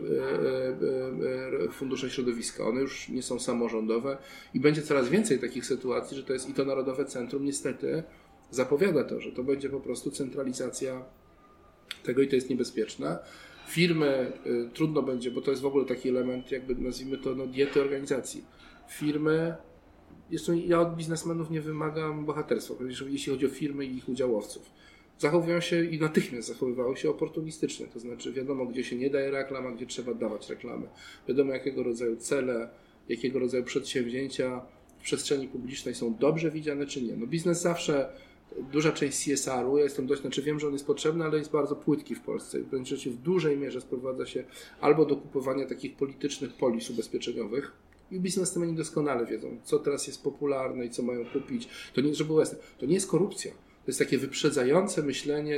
S3: Fundusze Środowiska, one już nie są samorządowe i będzie coraz więcej takich sytuacji, że to jest i to Narodowe Centrum niestety zapowiada to, że to będzie po prostu centralizacja tego i to jest niebezpieczne. Firmy trudno będzie, bo to jest w ogóle taki element, jakby nazwijmy to, diety organizacji. Firmy, jeszcze ja od biznesmenów nie wymagam bohaterstwa, jeśli chodzi o firmy i ich udziałowców. Zachowują się i natychmiast zachowywały się oportunistycznie, to znaczy wiadomo, gdzie się nie daje reklam, a gdzie trzeba dawać reklamy. Wiadomo, jakiego rodzaju cele, jakiego rodzaju przedsięwzięcia w przestrzeni publicznej są dobrze widziane czy nie. No biznes zawsze, duża część CSR-u, ja jestem wiem, że on jest potrzebny, ale jest bardzo płytki w Polsce. Wręcz w dużej mierze sprowadza się albo do kupowania takich politycznych polis ubezpieczeniowych, i biznesmeni doskonale wiedzą, co teraz jest popularne i co mają kupić. To nie, żeby było jasne, to nie jest korupcja. To jest takie wyprzedzające myślenie,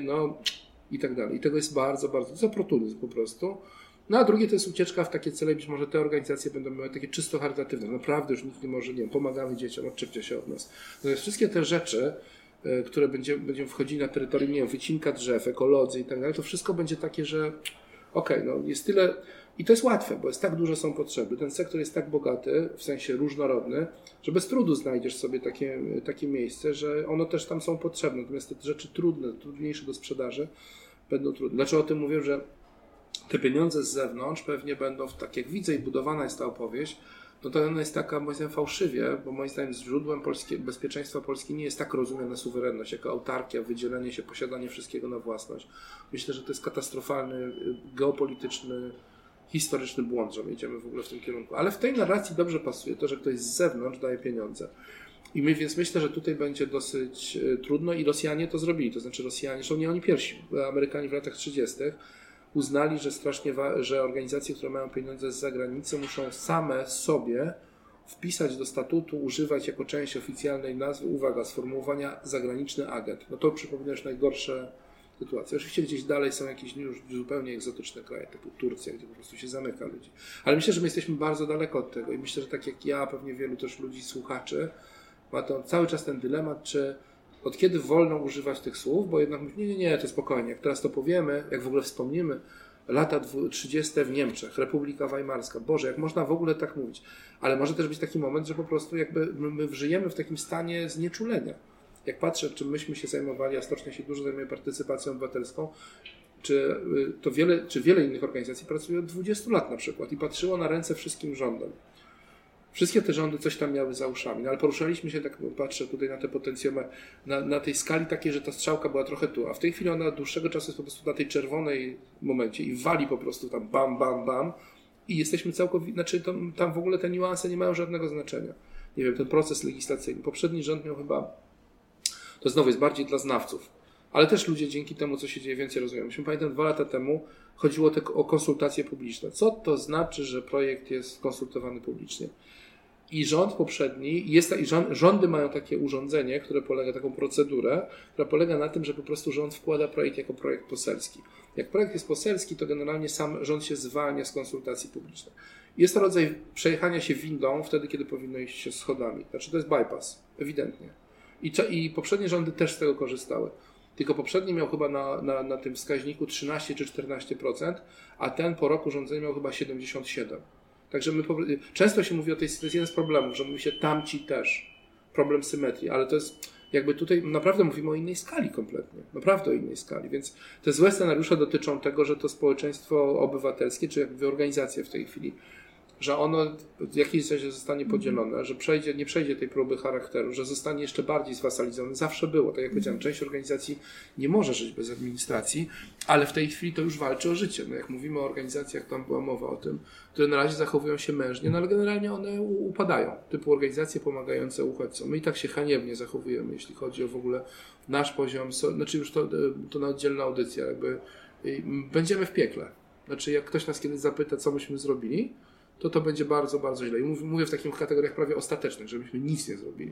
S3: i tak dalej. I tego jest bardzo, bardzo, to jest oportunizm po prostu. No a drugie to jest ucieczka w takie cele, być może te organizacje będą miały takie czysto charytatywne. Naprawdę już nikt nie może, pomagamy dzieciom, odczepcie się od nas. Natomiast wszystkie te rzeczy, które będziemy wchodzili na terytorium, wycinka drzew, ekolodzy i tak dalej, to wszystko będzie takie, że jest tyle. I to jest łatwe, bo jest tak duże są potrzeby. Ten sektor jest tak bogaty, w sensie różnorodny, że bez trudu znajdziesz sobie takie miejsce, że one też tam są potrzebne. Natomiast te rzeczy trudniejsze do sprzedaży będą trudne. Dlaczego o tym mówię, że te pieniądze z zewnątrz pewnie będą, tak jak widzę i budowana jest ta opowieść, no to ona jest taka, moim zdaniem, fałszywie, bo moim zdaniem źródłem bezpieczeństwa Polski nie jest tak rozumiana suwerenność, jako autarkia, wydzielenie się, posiadanie wszystkiego na własność. Myślę, że to jest katastrofalny, geopolityczny, historyczny błąd, że my idziemy w ogóle w tym kierunku. Ale w tej narracji dobrze pasuje to, że ktoś z zewnątrz daje pieniądze. Więc myślę, że tutaj będzie dosyć trudno i Rosjanie to zrobili. To znaczy Rosjanie, zresztą nie oni pierwsi, Amerykanie w latach 30. uznali, że że organizacje, które mają pieniądze z zagranicy, muszą same sobie wpisać do statutu, używać jako część oficjalnej nazwy, uwaga, sformułowania zagraniczny agent. No to przypomina już najgorsze sytuacje. Oczywiście gdzieś dalej są jakieś już zupełnie egzotyczne kraje, typu Turcja, gdzie po prostu się zamyka ludzi. Ale myślę, że my jesteśmy bardzo daleko od tego i myślę, że tak jak ja, pewnie wielu też ludzi, słuchaczy, ma to cały czas ten dylemat, czy od kiedy wolno używać tych słów, bo jednak mówię, nie, to spokojnie, jak teraz to powiemy, jak w ogóle wspomnimy, lata 30. w Niemczech, Republika Weimarska, Boże, jak można w ogóle tak mówić. Ale może też być taki moment, że po prostu jakby my żyjemy w takim stanie znieczulenia. Jak patrzę, czym myśmy się zajmowali, a Stocznia się dużo zajmuje partycypacją obywatelską, czy wiele innych organizacji pracuje od 20 lat na przykład i patrzyło na ręce wszystkim rządom. Wszystkie te rządy coś tam miały za uszami, no ale poruszaliśmy się, tak patrzę tutaj na te potencjometry, na tej skali takiej, że ta strzałka była trochę tu, a w tej chwili ona od dłuższego czasu jest po prostu na tej czerwonej momencie i wali po prostu tam bam, bam, bam i jesteśmy całkowicie, znaczy tam w ogóle te niuanse nie mają żadnego znaczenia. Nie wiem, ten proces legislacyjny. Poprzedni rząd miał chyba, to znowu jest bardziej dla znawców, ale też ludzie dzięki temu, co się dzieje, więcej rozumieją. Myśmy, pamiętam, 2 lata temu chodziło o konsultacje publiczne. Co to znaczy, że projekt jest konsultowany publicznie? I rząd poprzedni, rządy mają takie urządzenie, które polega, taką procedurę, która polega na tym, że po prostu rząd wkłada projekt jako projekt poselski. Jak projekt jest poselski, to generalnie sam rząd się zwalnia z konsultacji publicznych. Jest to rodzaj przejechania się windą wtedy, kiedy powinno iść się schodami. Znaczy to jest bypass, ewidentnie. I poprzednie rządy też z tego korzystały. Tylko poprzedni miał chyba na tym wskaźniku 13 czy 14%, a ten po roku rządzenia miał chyba 77%. Także często się mówi o tej sytuacji, to jest jeden z problemów, że mówi się tamci też. Problem symetrii, ale to jest jakby tutaj naprawdę mówimy o innej skali kompletnie. Naprawdę o innej skali. Więc te złe scenariusze dotyczą tego, że to społeczeństwo obywatelskie, czy jakby organizacje w tej chwili, że ono w jakiejś razie zostanie podzielone, że nie przejdzie tej próby charakteru, że zostanie jeszcze bardziej zwasalizowane. Zawsze było. Tak jak powiedziałem, część organizacji nie może żyć bez administracji, ale w tej chwili to już walczy o życie. No jak mówimy o organizacjach, tam była mowa o tym, które na razie zachowują się mężnie, no ale generalnie one upadają. Typu organizacje pomagające uchodźcom. My i tak się haniebnie zachowujemy, jeśli chodzi o w ogóle nasz poziom, znaczy już to na oddzielna audycja, jakby będziemy w piekle. Znaczy jak ktoś nas kiedyś zapyta, co myśmy zrobili, to będzie bardzo, bardzo źle. I mówię w takich kategoriach prawie ostatecznych, żebyśmy nic nie zrobili.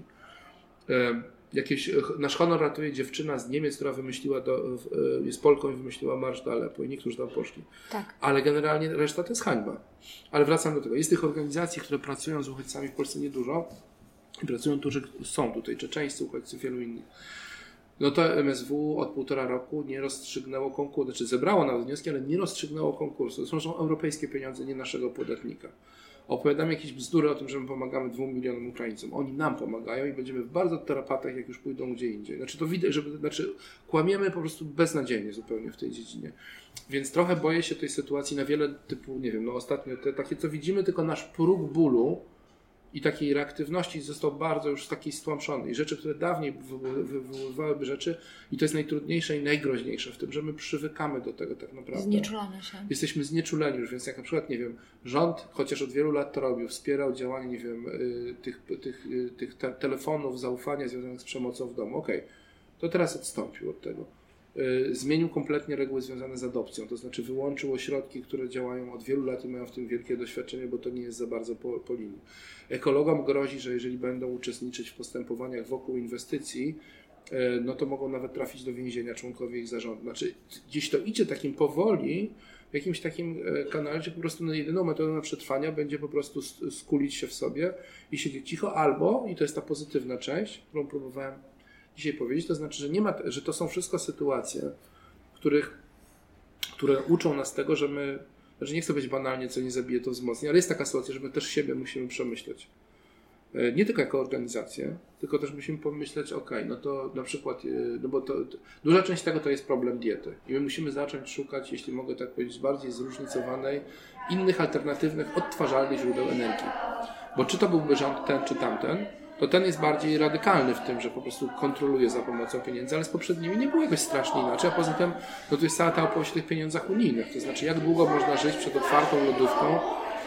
S3: Nasz honor ratuje dziewczyna z Niemiec, która jest Polką i wymyśliła marsz do Aleppo i niektórzy tam poszli. Tak. Ale generalnie reszta to jest hańba. Ale wracam do tego. Jest tych organizacji, które pracują z uchodźcami w Polsce niedużo i pracują tu, że są tutaj czeczeńscy uchodźcy, wielu innych. No to MSW od 1,5 roku nie rozstrzygnęło konkursu, znaczy zebrało nawet wnioski, ale nie rozstrzygnęło konkursu. To są europejskie pieniądze, nie naszego podatnika. opowiadamy jakieś bzdury o tym, że my pomagamy 2 milionom Ukraińcom. Oni nam pomagają i będziemy w bardzo tarapatach, jak już pójdą gdzie indziej. Znaczy to widać, kłamiemy po prostu beznadziejnie zupełnie w tej dziedzinie. Więc trochę boję się tej sytuacji na wiele typu, nie wiem, ostatnio takie co widzimy, tylko nasz próg bólu i takiej reaktywności został bardzo już taki stłamszony. I rzeczy, które dawniej wywoływałyby rzeczy, i to jest najtrudniejsze i najgroźniejsze w tym, że my przywykamy do tego tak naprawdę.
S2: Znieczulamy się.
S3: Jesteśmy znieczuleni już, więc jak na przykład, nie wiem, rząd, chociaż od wielu lat to robił, wspierał działanie, nie wiem, tych telefonów zaufania związanych z przemocą w domu. Okej, to teraz odstąpił od tego. Zmienił kompletnie reguły związane z adopcją, to znaczy wyłączył ośrodki, które działają od wielu lat i mają w tym wielkie doświadczenie, bo to nie jest za bardzo po linii. Ekologom grozi, że jeżeli będą uczestniczyć w postępowaniach wokół inwestycji, no to mogą nawet trafić do więzienia członkowie ich zarządu. Znaczy gdzieś to idzie takim powoli, w jakimś takim kanale, gdzie po prostu jedyną metodą na przetrwania będzie po prostu skulić się w sobie i siedzieć cicho, albo, i to jest ta pozytywna część, którą próbowałem dzisiaj powiedzieć, to znaczy, że to są wszystko sytuacje, które uczą nas tego, że my, znaczy nie chcę być banalnie, co nie zabije, to wzmocni, ale jest taka sytuacja, że my też siebie musimy przemyśleć. Nie tylko jako organizację, tylko też musimy pomyśleć, no to na przykład, no bo duża część tego to jest problem diety i my musimy zacząć szukać, jeśli mogę tak powiedzieć, bardziej zróżnicowanej, innych alternatywnych, odtwarzalnych źródeł energii. Bo czy to byłby rząd ten czy tamten, to ten jest bardziej radykalny w tym, że po prostu kontroluje za pomocą pieniędzy, ale z poprzednimi nie było jakoś strasznie inaczej, a poza tym no to jest cała ta opowieść o tych pieniądzach unijnych, to znaczy jak długo można żyć przed otwartą lodówką,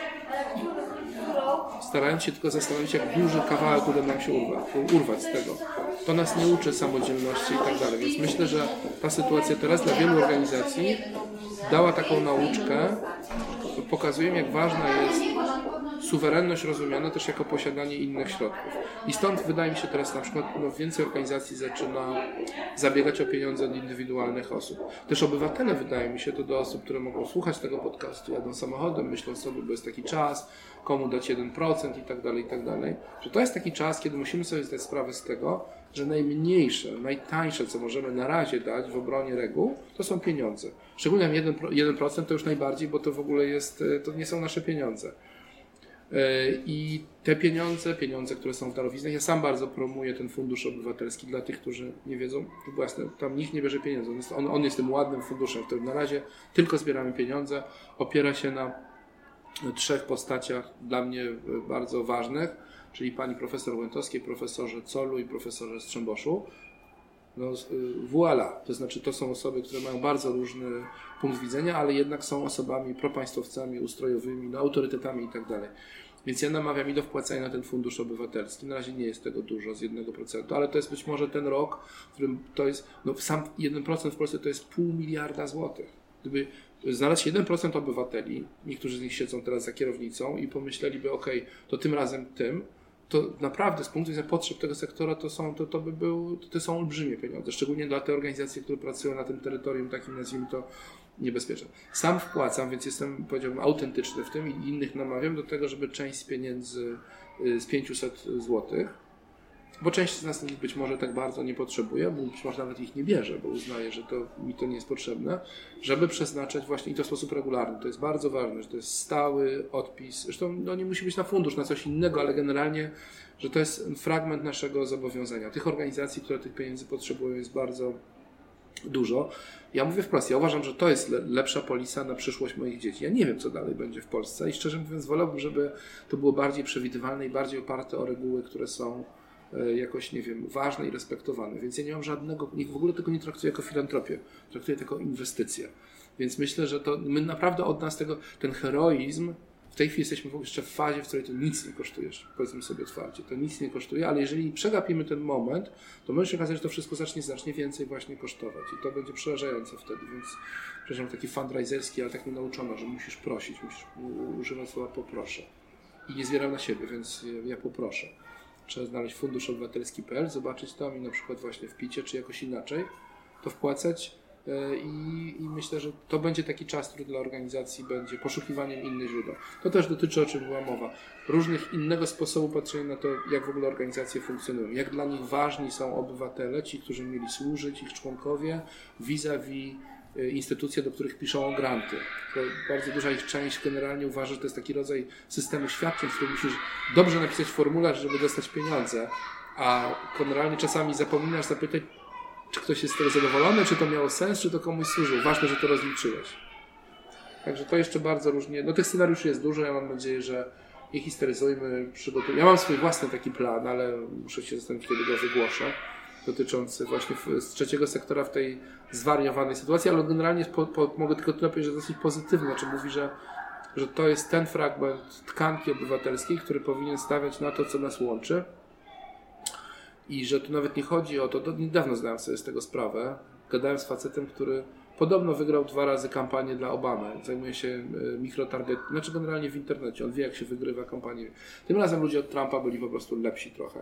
S3: starając się tylko zastanowić, jak duży kawałek uda nam się urwać z tego. To nas nie uczy samodzielności i tak dalej, więc myślę, że ta sytuacja teraz dla wielu organizacji dała taką nauczkę, pokazuje, jak ważna jest suwerenność rozumiana też jako posiadanie innych środków. I stąd wydaje mi się teraz na przykład więcej organizacji zaczyna zabiegać o pieniądze od indywidualnych osób. Też obywatele, wydaje mi się, to do osób, które mogą słuchać tego podcastu, jadą samochodem, myślą sobie, bo jest taki czas, komu dać 1% i tak dalej, że to jest taki czas, kiedy musimy sobie zdać sprawę z tego, że najmniejsze, najtańsze, co możemy na razie dać w obronie reguł, to są pieniądze. Szczególnie 1% to już najbardziej, bo to w ogóle jest, to nie są nasze pieniądze. I te pieniądze, które są w darowiznach, ja sam bardzo promuję ten fundusz obywatelski dla tych, którzy nie wiedzą, to jasne, tam nikt nie bierze pieniędzy, on jest tym ładnym funduszem, w którym na razie tylko zbieramy pieniądze, opiera się na 3 postaciach dla mnie bardzo ważnych, czyli pani profesor Łętowskiej, profesorze Colu i profesorze Strzemboszu. No, voilà, to znaczy to są osoby, które mają bardzo różny punkt widzenia, ale jednak są osobami propaństwowcami, ustrojowymi, no, autorytetami i tak dalej. Więc ja namawiam i do wpłacania na ten fundusz obywatelski. Na razie nie jest tego dużo, z 1%, ale to jest być może ten rok, w którym to jest, no sam 1% w Polsce to jest 0,5 miliarda złotych. Gdyby znalazł 1% obywateli, niektórzy z nich siedzą teraz za kierownicą i pomyśleliby, to tym razem to naprawdę z punktu widzenia potrzeb tego sektora to są olbrzymie pieniądze, szczególnie dla tych organizacji, które pracują na tym terytorium takim, nazwijmy to, niebezpiecznym. Sam wpłacam, więc jestem, powiedziałbym, autentyczny w tym i innych namawiam do tego, żeby część z pieniędzy z 500 złotych, bo część z nas być może tak bardzo nie potrzebuje, bo być może nawet ich nie bierze, bo uznaje, że mi to nie jest potrzebne, żeby przeznaczać właśnie i to w sposób regularny. To jest bardzo ważne, że to jest stały odpis. Zresztą nie musi być na fundusz, na coś innego, ale generalnie, że to jest fragment naszego zobowiązania. Tych organizacji, które tych pieniędzy potrzebują, jest bardzo dużo. Ja mówię wprost, ja uważam, że to jest lepsza polisa na przyszłość moich dzieci. Ja nie wiem, co dalej będzie w Polsce i szczerze mówiąc wolałbym, żeby to było bardziej przewidywalne i bardziej oparte o reguły, które są jakoś, nie wiem, ważne i respektowane. Więc ja nie mam żadnego, nikt w ogóle tego nie traktuje jako filantropię, traktuje to jako inwestycję. Więc myślę, że my naprawdę od nas ten heroizm, w tej chwili jesteśmy jeszcze w fazie, w której to nic nie kosztuje, powiedzmy sobie otwarcie, to nic nie kosztuje, ale jeżeli przegapimy ten moment, to może się okazać, że to wszystko zacznie znacznie więcej właśnie kosztować i to będzie przerażające wtedy, więc przepraszam, taki fundraiserski, ale tak mnie nauczono, że musisz prosić, musisz używać słowa poproszę i nie zbieram na siebie, więc ja poproszę. Trzeba znaleźć funduszobywatelski.pl, zobaczyć tam i na przykład właśnie w PIT-cie, czy jakoś inaczej to wpłacać i myślę, że to będzie taki czas, który dla organizacji będzie poszukiwaniem innych źródeł. To też dotyczy, o czym była mowa, różnych innego sposobu patrzenia na to, jak w ogóle organizacje funkcjonują, jak dla nich ważni są obywatele, ci, którzy mieli służyć, ich członkowie, vis-a-vis instytucje, do których piszą o granty. To bardzo duża ich część generalnie uważa, że to jest taki rodzaj systemu świadczeń, w którym musisz dobrze napisać formularz, żeby dostać pieniądze, a generalnie czasami zapominasz zapytać, czy ktoś jest z tego zadowolony, czy to miało sens, czy to komuś służyło. Ważne, że to rozliczyłeś. Także to jeszcze bardzo różnie. No tych scenariuszy jest dużo, ja mam nadzieję, że je historyzujmy, przygotujmy. Ja mam swój własny taki plan, ale muszę się zastanowić, kiedy go wygłoszę, dotyczący właśnie z trzeciego sektora w tej zwariowanej sytuacji, ale generalnie mogę tylko tyle powiedzieć, że dosyć pozytywny. Znaczy mówi, że to jest ten fragment tkanki obywatelskiej, który powinien stawiać na to, co nas łączy. I że tu nawet nie chodzi o to, niedawno zdałem sobie z tego sprawę, gadałem z facetem, który podobno wygrał 2 razy kampanię dla Obamy. Zajmuje się mikrotarget, znaczy generalnie w internecie. On wie, jak się wygrywa kampanię. Tym razem ludzie od Trumpa byli po prostu lepsi trochę.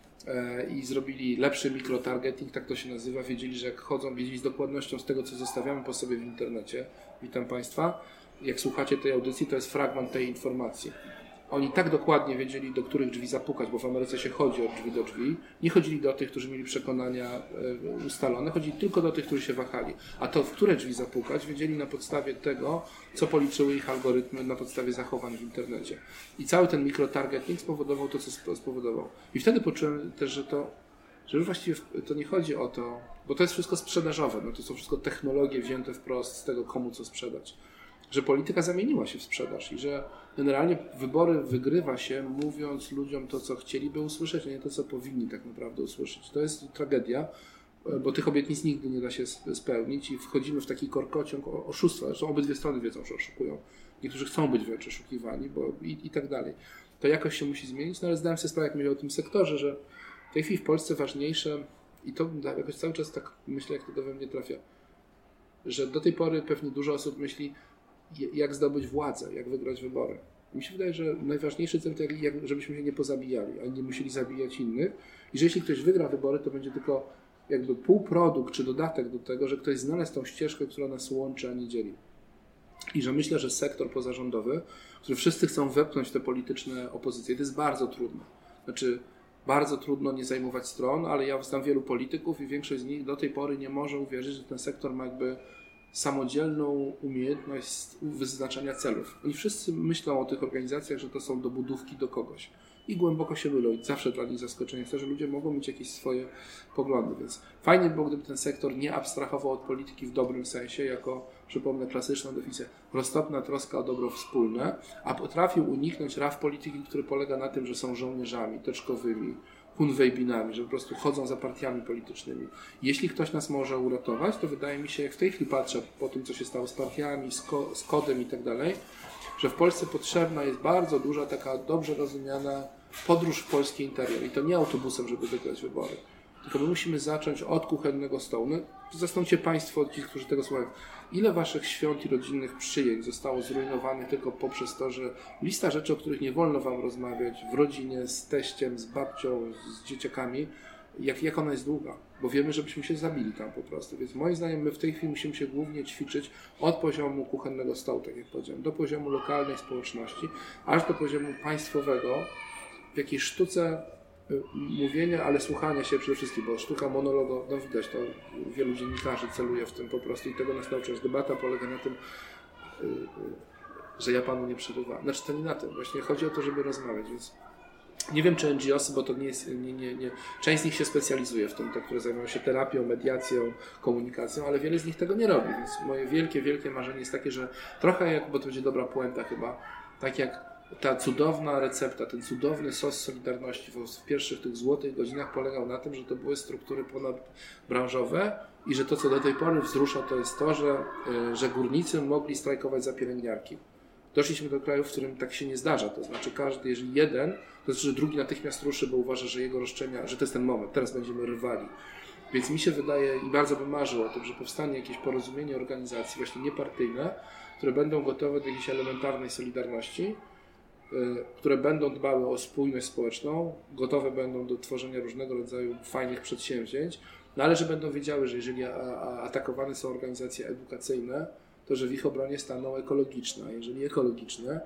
S3: I zrobili lepszy mikrotargeting, tak to się nazywa. Wiedzieli, że jak chodzą, wiedzieli z dokładnością z tego, co zostawiamy po sobie w internecie. Witam Państwa. Jak słuchacie tej audycji, to jest fragment tej informacji. Oni tak dokładnie wiedzieli, do których drzwi zapukać, bo w Ameryce się chodzi od drzwi do drzwi. Nie chodzili do tych, którzy mieli przekonania ustalone, chodzili tylko do tych, którzy się wahali. A to, w które drzwi zapukać, wiedzieli na podstawie tego, co policzyły ich algorytmy na podstawie zachowań w internecie. I cały ten mikrotargeting spowodował to, co spowodował. I wtedy poczułem też, że już właściwie to nie chodzi o to, bo to jest wszystko sprzedażowe, no to są wszystko technologie wzięte wprost z tego, komu co sprzedać. Że polityka zamieniła się w sprzedaż i że generalnie wybory wygrywa się, mówiąc ludziom to, co chcieliby usłyszeć, a nie to, co powinni tak naprawdę usłyszeć. To jest tragedia, bo tych obietnic nigdy nie da się spełnić i wchodzimy w taki korkociąg oszustwa. Zresztą obydwie strony wiedzą, że oszukują. Niektórzy chcą być wręcz oszukiwani i tak dalej. To jakoś się musi zmienić, no ale zdałem sobie sprawę, jak mówię o tym sektorze, że w tej chwili w Polsce ważniejsze, i to jakoś cały czas tak myślę, jak to we mnie trafia, że do tej pory pewnie dużo osób myśli, jak zdobyć władzę, jak wygrać wybory. Mi się wydaje, że najważniejszy cel to żebyśmy się nie pozabijali, ani nie musieli zabijać innych. I że jeśli ktoś wygra wybory, to będzie tylko jakby półprodukt czy dodatek do tego, że ktoś znalazł tą ścieżkę, która nas łączy, a nie dzieli. I że myślę, że sektor pozarządowy, który wszyscy chcą wepchnąć w te polityczne opozycje, to jest bardzo trudne. Znaczy, bardzo trudno nie zajmować stron, ale ja znam wielu polityków i większość z nich do tej pory nie może uwierzyć, że ten sektor ma jakby samodzielną umiejętność wyznaczania celów. Oni wszyscy myślą o tych organizacjach, że to są dobudówki do kogoś. I głęboko się mylą. I zawsze dla nich zaskoczenie jest to, że ludzie mogą mieć jakieś swoje poglądy. Więc fajnie było, gdyby ten sektor nie abstrahował od polityki w dobrym sensie, jako, przypomnę, klasyczną definicję, roztopna troska o dobro wspólne, a potrafił uniknąć raf polityki, który polega na tym, że są żołnierzami, teczkowymi, hunwejbinami, że po prostu chodzą za partiami politycznymi. Jeśli ktoś nas może uratować, to wydaje mi się, jak w tej chwili patrzę po tym, co się stało z partiami, z kodem i tak dalej, że w Polsce potrzebna jest bardzo duża, taka dobrze rozumiana podróż w polski interior. I to nie autobusem, żeby wygrać wybory. Tylko my musimy zacząć od kuchennego stołu. No, zastanówcie Państwo, ci, którzy tego słuchają, ile Waszych świąt i rodzinnych przyjęć zostało zrujnowanych tylko poprzez to, że lista rzeczy, o których nie wolno Wam rozmawiać w rodzinie, z teściem, z babcią, z dzieciakami, jak ona jest długa. Bo wiemy, żebyśmy się zabili tam po prostu. Więc moim zdaniem my w tej chwili musimy się głównie ćwiczyć od poziomu kuchennego stołu, tak jak powiedziałem, do poziomu lokalnej społeczności, aż do poziomu państwowego, w jakiejś sztuce mówienia, ale słuchania się przede wszystkim, bo sztuka monologu, no widać, to wielu dziennikarzy celuje w tym po prostu i tego nas nauczyć. Debata polega na tym, że ja Panu nie przerywam. Znaczy to nie na tym, właśnie chodzi o to, żeby rozmawiać, więc nie wiem, czy NGOsy, bo to nie jest, część z nich się specjalizuje w tym, te, które zajmują się terapią, mediacją, komunikacją, ale wiele z nich tego nie robi, więc moje wielkie marzenie jest takie, że trochę jak, bo to będzie dobra puenta chyba, tak jak ta cudowna recepta, ten cudowny sos Solidarności w pierwszych tych złotych godzinach polegał na tym, że to były struktury ponadbranżowe i że to, co do tej pory wzrusza, to jest to, że górnicy mogli strajkować za pielęgniarki. Doszliśmy do kraju, w którym tak się nie zdarza. To znaczy każdy, jeżeli jeden, to znaczy, że drugi natychmiast ruszy, bo uważa, że jego roszczenia, że to jest ten moment, teraz będziemy rywali. Więc mi się wydaje i bardzo bym marzył o tym, że powstanie jakieś porozumienie organizacji właśnie niepartyjne, które będą gotowe do jakiejś elementarnej solidarności, które będą dbały o spójność społeczną, gotowe będą do tworzenia różnego rodzaju fajnych przedsięwzięć, no ale że będą wiedziały, że jeżeli atakowane są organizacje edukacyjne, to że w ich obronie staną ekologiczne, a jeżeli ekologiczne,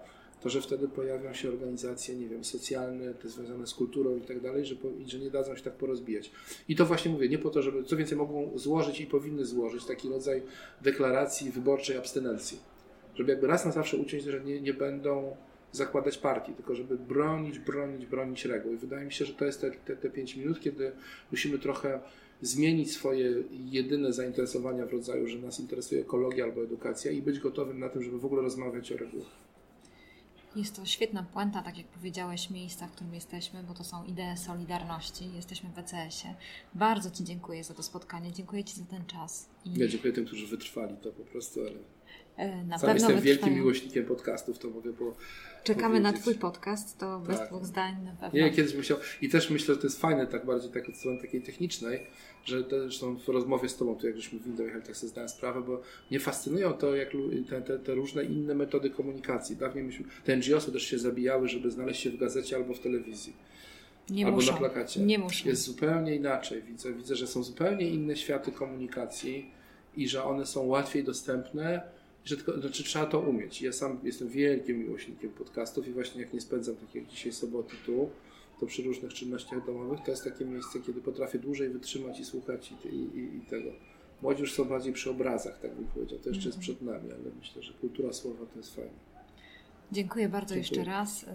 S3: to że wtedy pojawią się organizacje, nie wiem, socjalne, te związane z kulturą i tak dalej, że nie dadzą się tak porozbijać. I to właśnie mówię, nie po to, żeby, co więcej, mogą złożyć i powinny złożyć taki rodzaj deklaracji wyborczej abstynencji. Żeby jakby raz na zawsze uciąć, że nie będą zakładać partii, tylko żeby bronić reguł. I wydaje mi się, że to jest te 5 minut, kiedy musimy trochę zmienić swoje jedyne zainteresowania w rodzaju, że nas interesuje ekologia albo edukacja i być gotowym na tym, żeby w ogóle rozmawiać o regułach.
S2: Jest to świetna puenta, tak jak powiedziałeś, miejsca, w którym jesteśmy, bo to są idee solidarności. Jesteśmy w ECS-ie. Bardzo Ci dziękuję za to spotkanie. Dziękuję Ci za ten czas.
S3: Ja dziękuję tym, którzy wytrwali to po prostu, ale
S2: na
S3: sam
S2: pewno
S3: jestem wielkim miłośnikiem podcastów, to mogę
S2: Czekamy
S3: powiedzieć.
S2: na Twój podcast, to bez dwóch zdań na pewno.
S3: Nie, kiedyś musiał. I też myślę, że to jest fajne, tak bardziej tak od strony takiej technicznej, że zresztą w rozmowie z Tobą, tu jak żeśmy w windę jechali, tak sobie zdałem sprawę, bo mnie fascynują to, jak te różne inne metody komunikacji. Dawniej te NGO-sy też się zabijały, żeby znaleźć się w gazecie albo w telewizji. Albo na plakacie.
S2: Nie muszą.
S3: Jest zupełnie inaczej. Widzę, że są zupełnie inne światy komunikacji i że one są łatwiej dostępne, że trzeba to umieć. Ja sam jestem wielkim miłośnikiem podcastów i właśnie jak nie spędzam tak jak dzisiaj soboty tu, to przy różnych czynnościach domowych to jest takie miejsce, kiedy potrafię dłużej wytrzymać i słuchać i tego. Młodzi już są bardziej przy obrazach, tak bym powiedział. To jeszcze jest przed nami, ale myślę, że kultura słowa to jest fajne.
S2: Dziękuję bardzo jeszcze raz.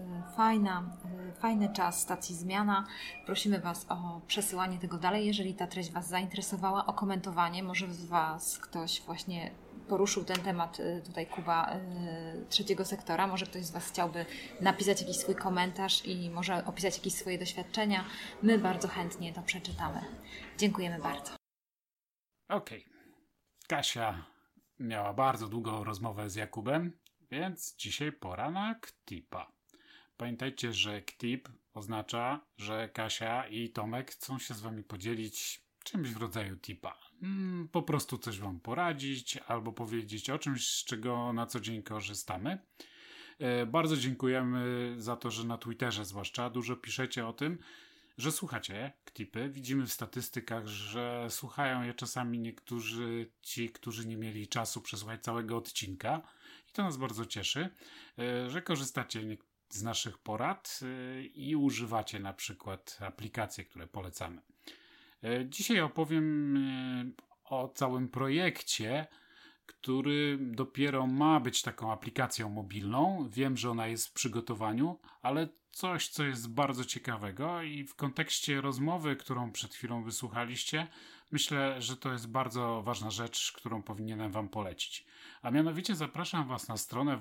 S2: Fajny czas stacji Zmiana. Prosimy Was o przesyłanie tego dalej, jeżeli ta treść Was zainteresowała, o komentowanie. Może z Was ktoś właśnie poruszył ten temat, tutaj Kuba, trzeciego sektora. Może ktoś z Was chciałby napisać jakiś swój komentarz i może opisać jakieś swoje doświadczenia. My bardzo chętnie to przeczytamy. Dziękujemy bardzo.
S1: Okej. Kasia miała bardzo długą rozmowę z Jakubem, więc dzisiaj pora na KTIP-a. Pamiętajcie, że KTIP oznacza, że Kasia i Tomek chcą się z Wami podzielić czymś w rodzaju tipa. Po prostu coś Wam poradzić albo powiedzieć o czymś, z czego na co dzień korzystamy. Bardzo dziękujemy za to, że na Twitterze zwłaszcza dużo piszecie o tym, że słuchacie KTIP-y. Widzimy w statystykach, że słuchają je czasami niektórzy ci, którzy nie mieli czasu przesłuchać całego odcinka. I to nas bardzo cieszy, że korzystacie z naszych porad i używacie na przykład aplikacji, które polecamy. Dzisiaj opowiem o całym projekcie, który dopiero ma być taką aplikacją mobilną. Wiem, że ona jest w przygotowaniu, ale coś, co jest bardzo ciekawego i w kontekście rozmowy, którą przed chwilą wysłuchaliście, myślę, że to jest bardzo ważna rzecz, którą powinienem Wam polecić. A mianowicie zapraszam Was na stronę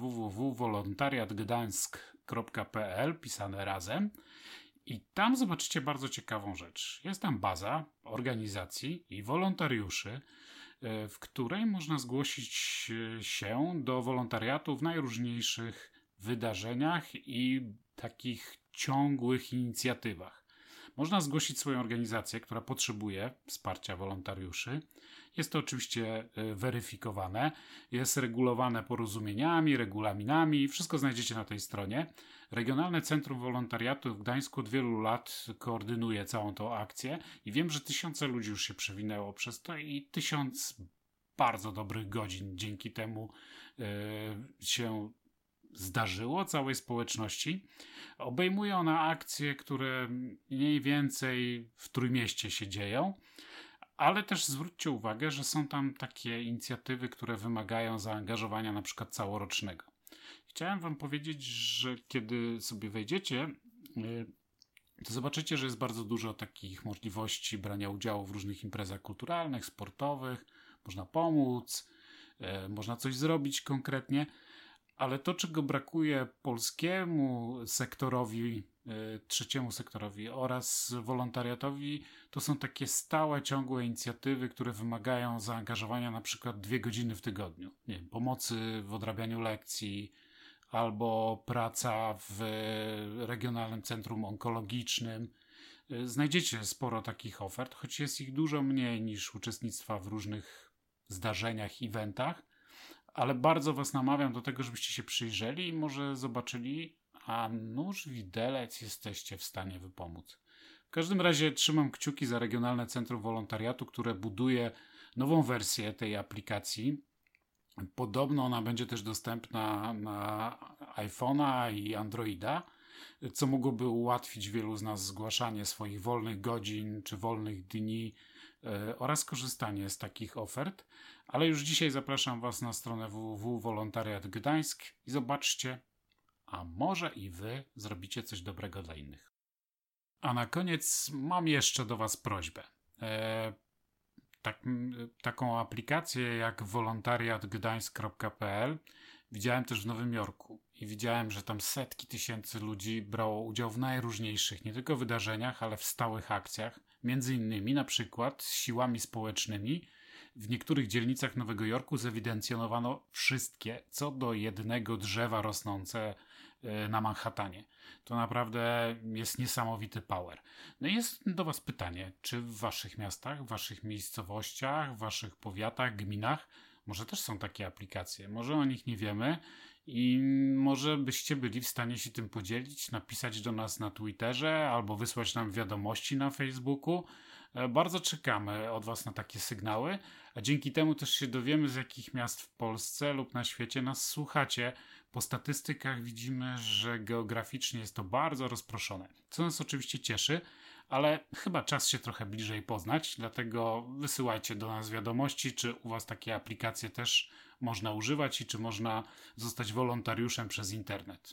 S1: www.wolontariatgdańsk.pl, pisane razem, i tam zobaczycie bardzo ciekawą rzecz. Jest tam baza organizacji i wolontariuszy, w której można zgłosić się do wolontariatu w najróżniejszych wydarzeniach i takich ciągłych inicjatywach. Można zgłosić swoją organizację, która potrzebuje wsparcia wolontariuszy. Jest to oczywiście weryfikowane, jest regulowane porozumieniami, regulaminami, wszystko znajdziecie na tej stronie. Regionalne Centrum Wolontariatu w Gdańsku od wielu lat koordynuje całą tą akcję i wiem, że tysiące ludzi już się przewinęło przez to i 1000 bardzo dobrych godzin dzięki temu się zdarzyło całej społeczności. Obejmuje ona akcje, które mniej więcej w Trójmieście się dzieją, ale też zwróćcie uwagę, że są tam takie inicjatywy, które wymagają zaangażowania na przykład całorocznego. Chciałem Wam powiedzieć, że kiedy sobie wejdziecie, to zobaczycie, że jest bardzo dużo takich możliwości brania udziału w różnych imprezach kulturalnych, sportowych. Można pomóc, można coś zrobić konkretnie, ale to, czego brakuje polskiemu sektorowi, trzeciemu sektorowi oraz wolontariatowi, to są takie stałe, ciągłe inicjatywy, które wymagają zaangażowania na przykład 2 godziny w tygodniu. Nie wiem, pomocy w odrabianiu lekcji, albo praca w Regionalnym Centrum Onkologicznym. Znajdziecie sporo takich ofert, choć jest ich dużo mniej niż uczestnictwa w różnych zdarzeniach, eventach, ale bardzo Was namawiam do tego, żebyście się przyjrzeli i może zobaczyli, a nuż widelec jesteście w stanie wypomóc. W każdym razie trzymam kciuki za Regionalne Centrum Wolontariatu, które buduje nową wersję tej aplikacji. Podobno ona będzie też dostępna na iPhone'a i Androida, co mogłoby ułatwić wielu z nas zgłaszanie swoich wolnych godzin czy wolnych dni oraz korzystanie z takich ofert. Ale już dzisiaj zapraszam Was na stronę www.Wolontariat Gdańsk i zobaczcie, a może i Wy zrobicie coś dobrego dla innych. A na koniec mam jeszcze do Was prośbę. Taką aplikację jak wolontariatgdańsk.pl widziałem też w Nowym Jorku i widziałem, że tam setki tysięcy ludzi brało udział w najróżniejszych, nie tylko wydarzeniach, ale w stałych akcjach, między innymi na przykład z siłami społecznymi. W niektórych dzielnicach Nowego Jorku zewidencjonowano wszystkie co do jednego drzewa rosnące na Manhattanie. To naprawdę jest niesamowity power. No i jest do Was pytanie, czy w Waszych miastach, w Waszych miejscowościach, w Waszych powiatach, gminach może też są takie aplikacje? Może o nich nie wiemy i może byście byli w stanie się tym podzielić, napisać do nas na Twitterze albo wysłać nam wiadomości na Facebooku. Bardzo czekamy od Was na takie sygnały, a dzięki temu też się dowiemy, z jakich miast w Polsce lub na świecie nas słuchacie. Po statystykach widzimy, że geograficznie jest to bardzo rozproszone, co nas oczywiście cieszy, ale chyba czas się trochę bliżej poznać, dlatego wysyłajcie do nas wiadomości, czy u Was takie aplikacje też można używać i czy można zostać wolontariuszem przez internet.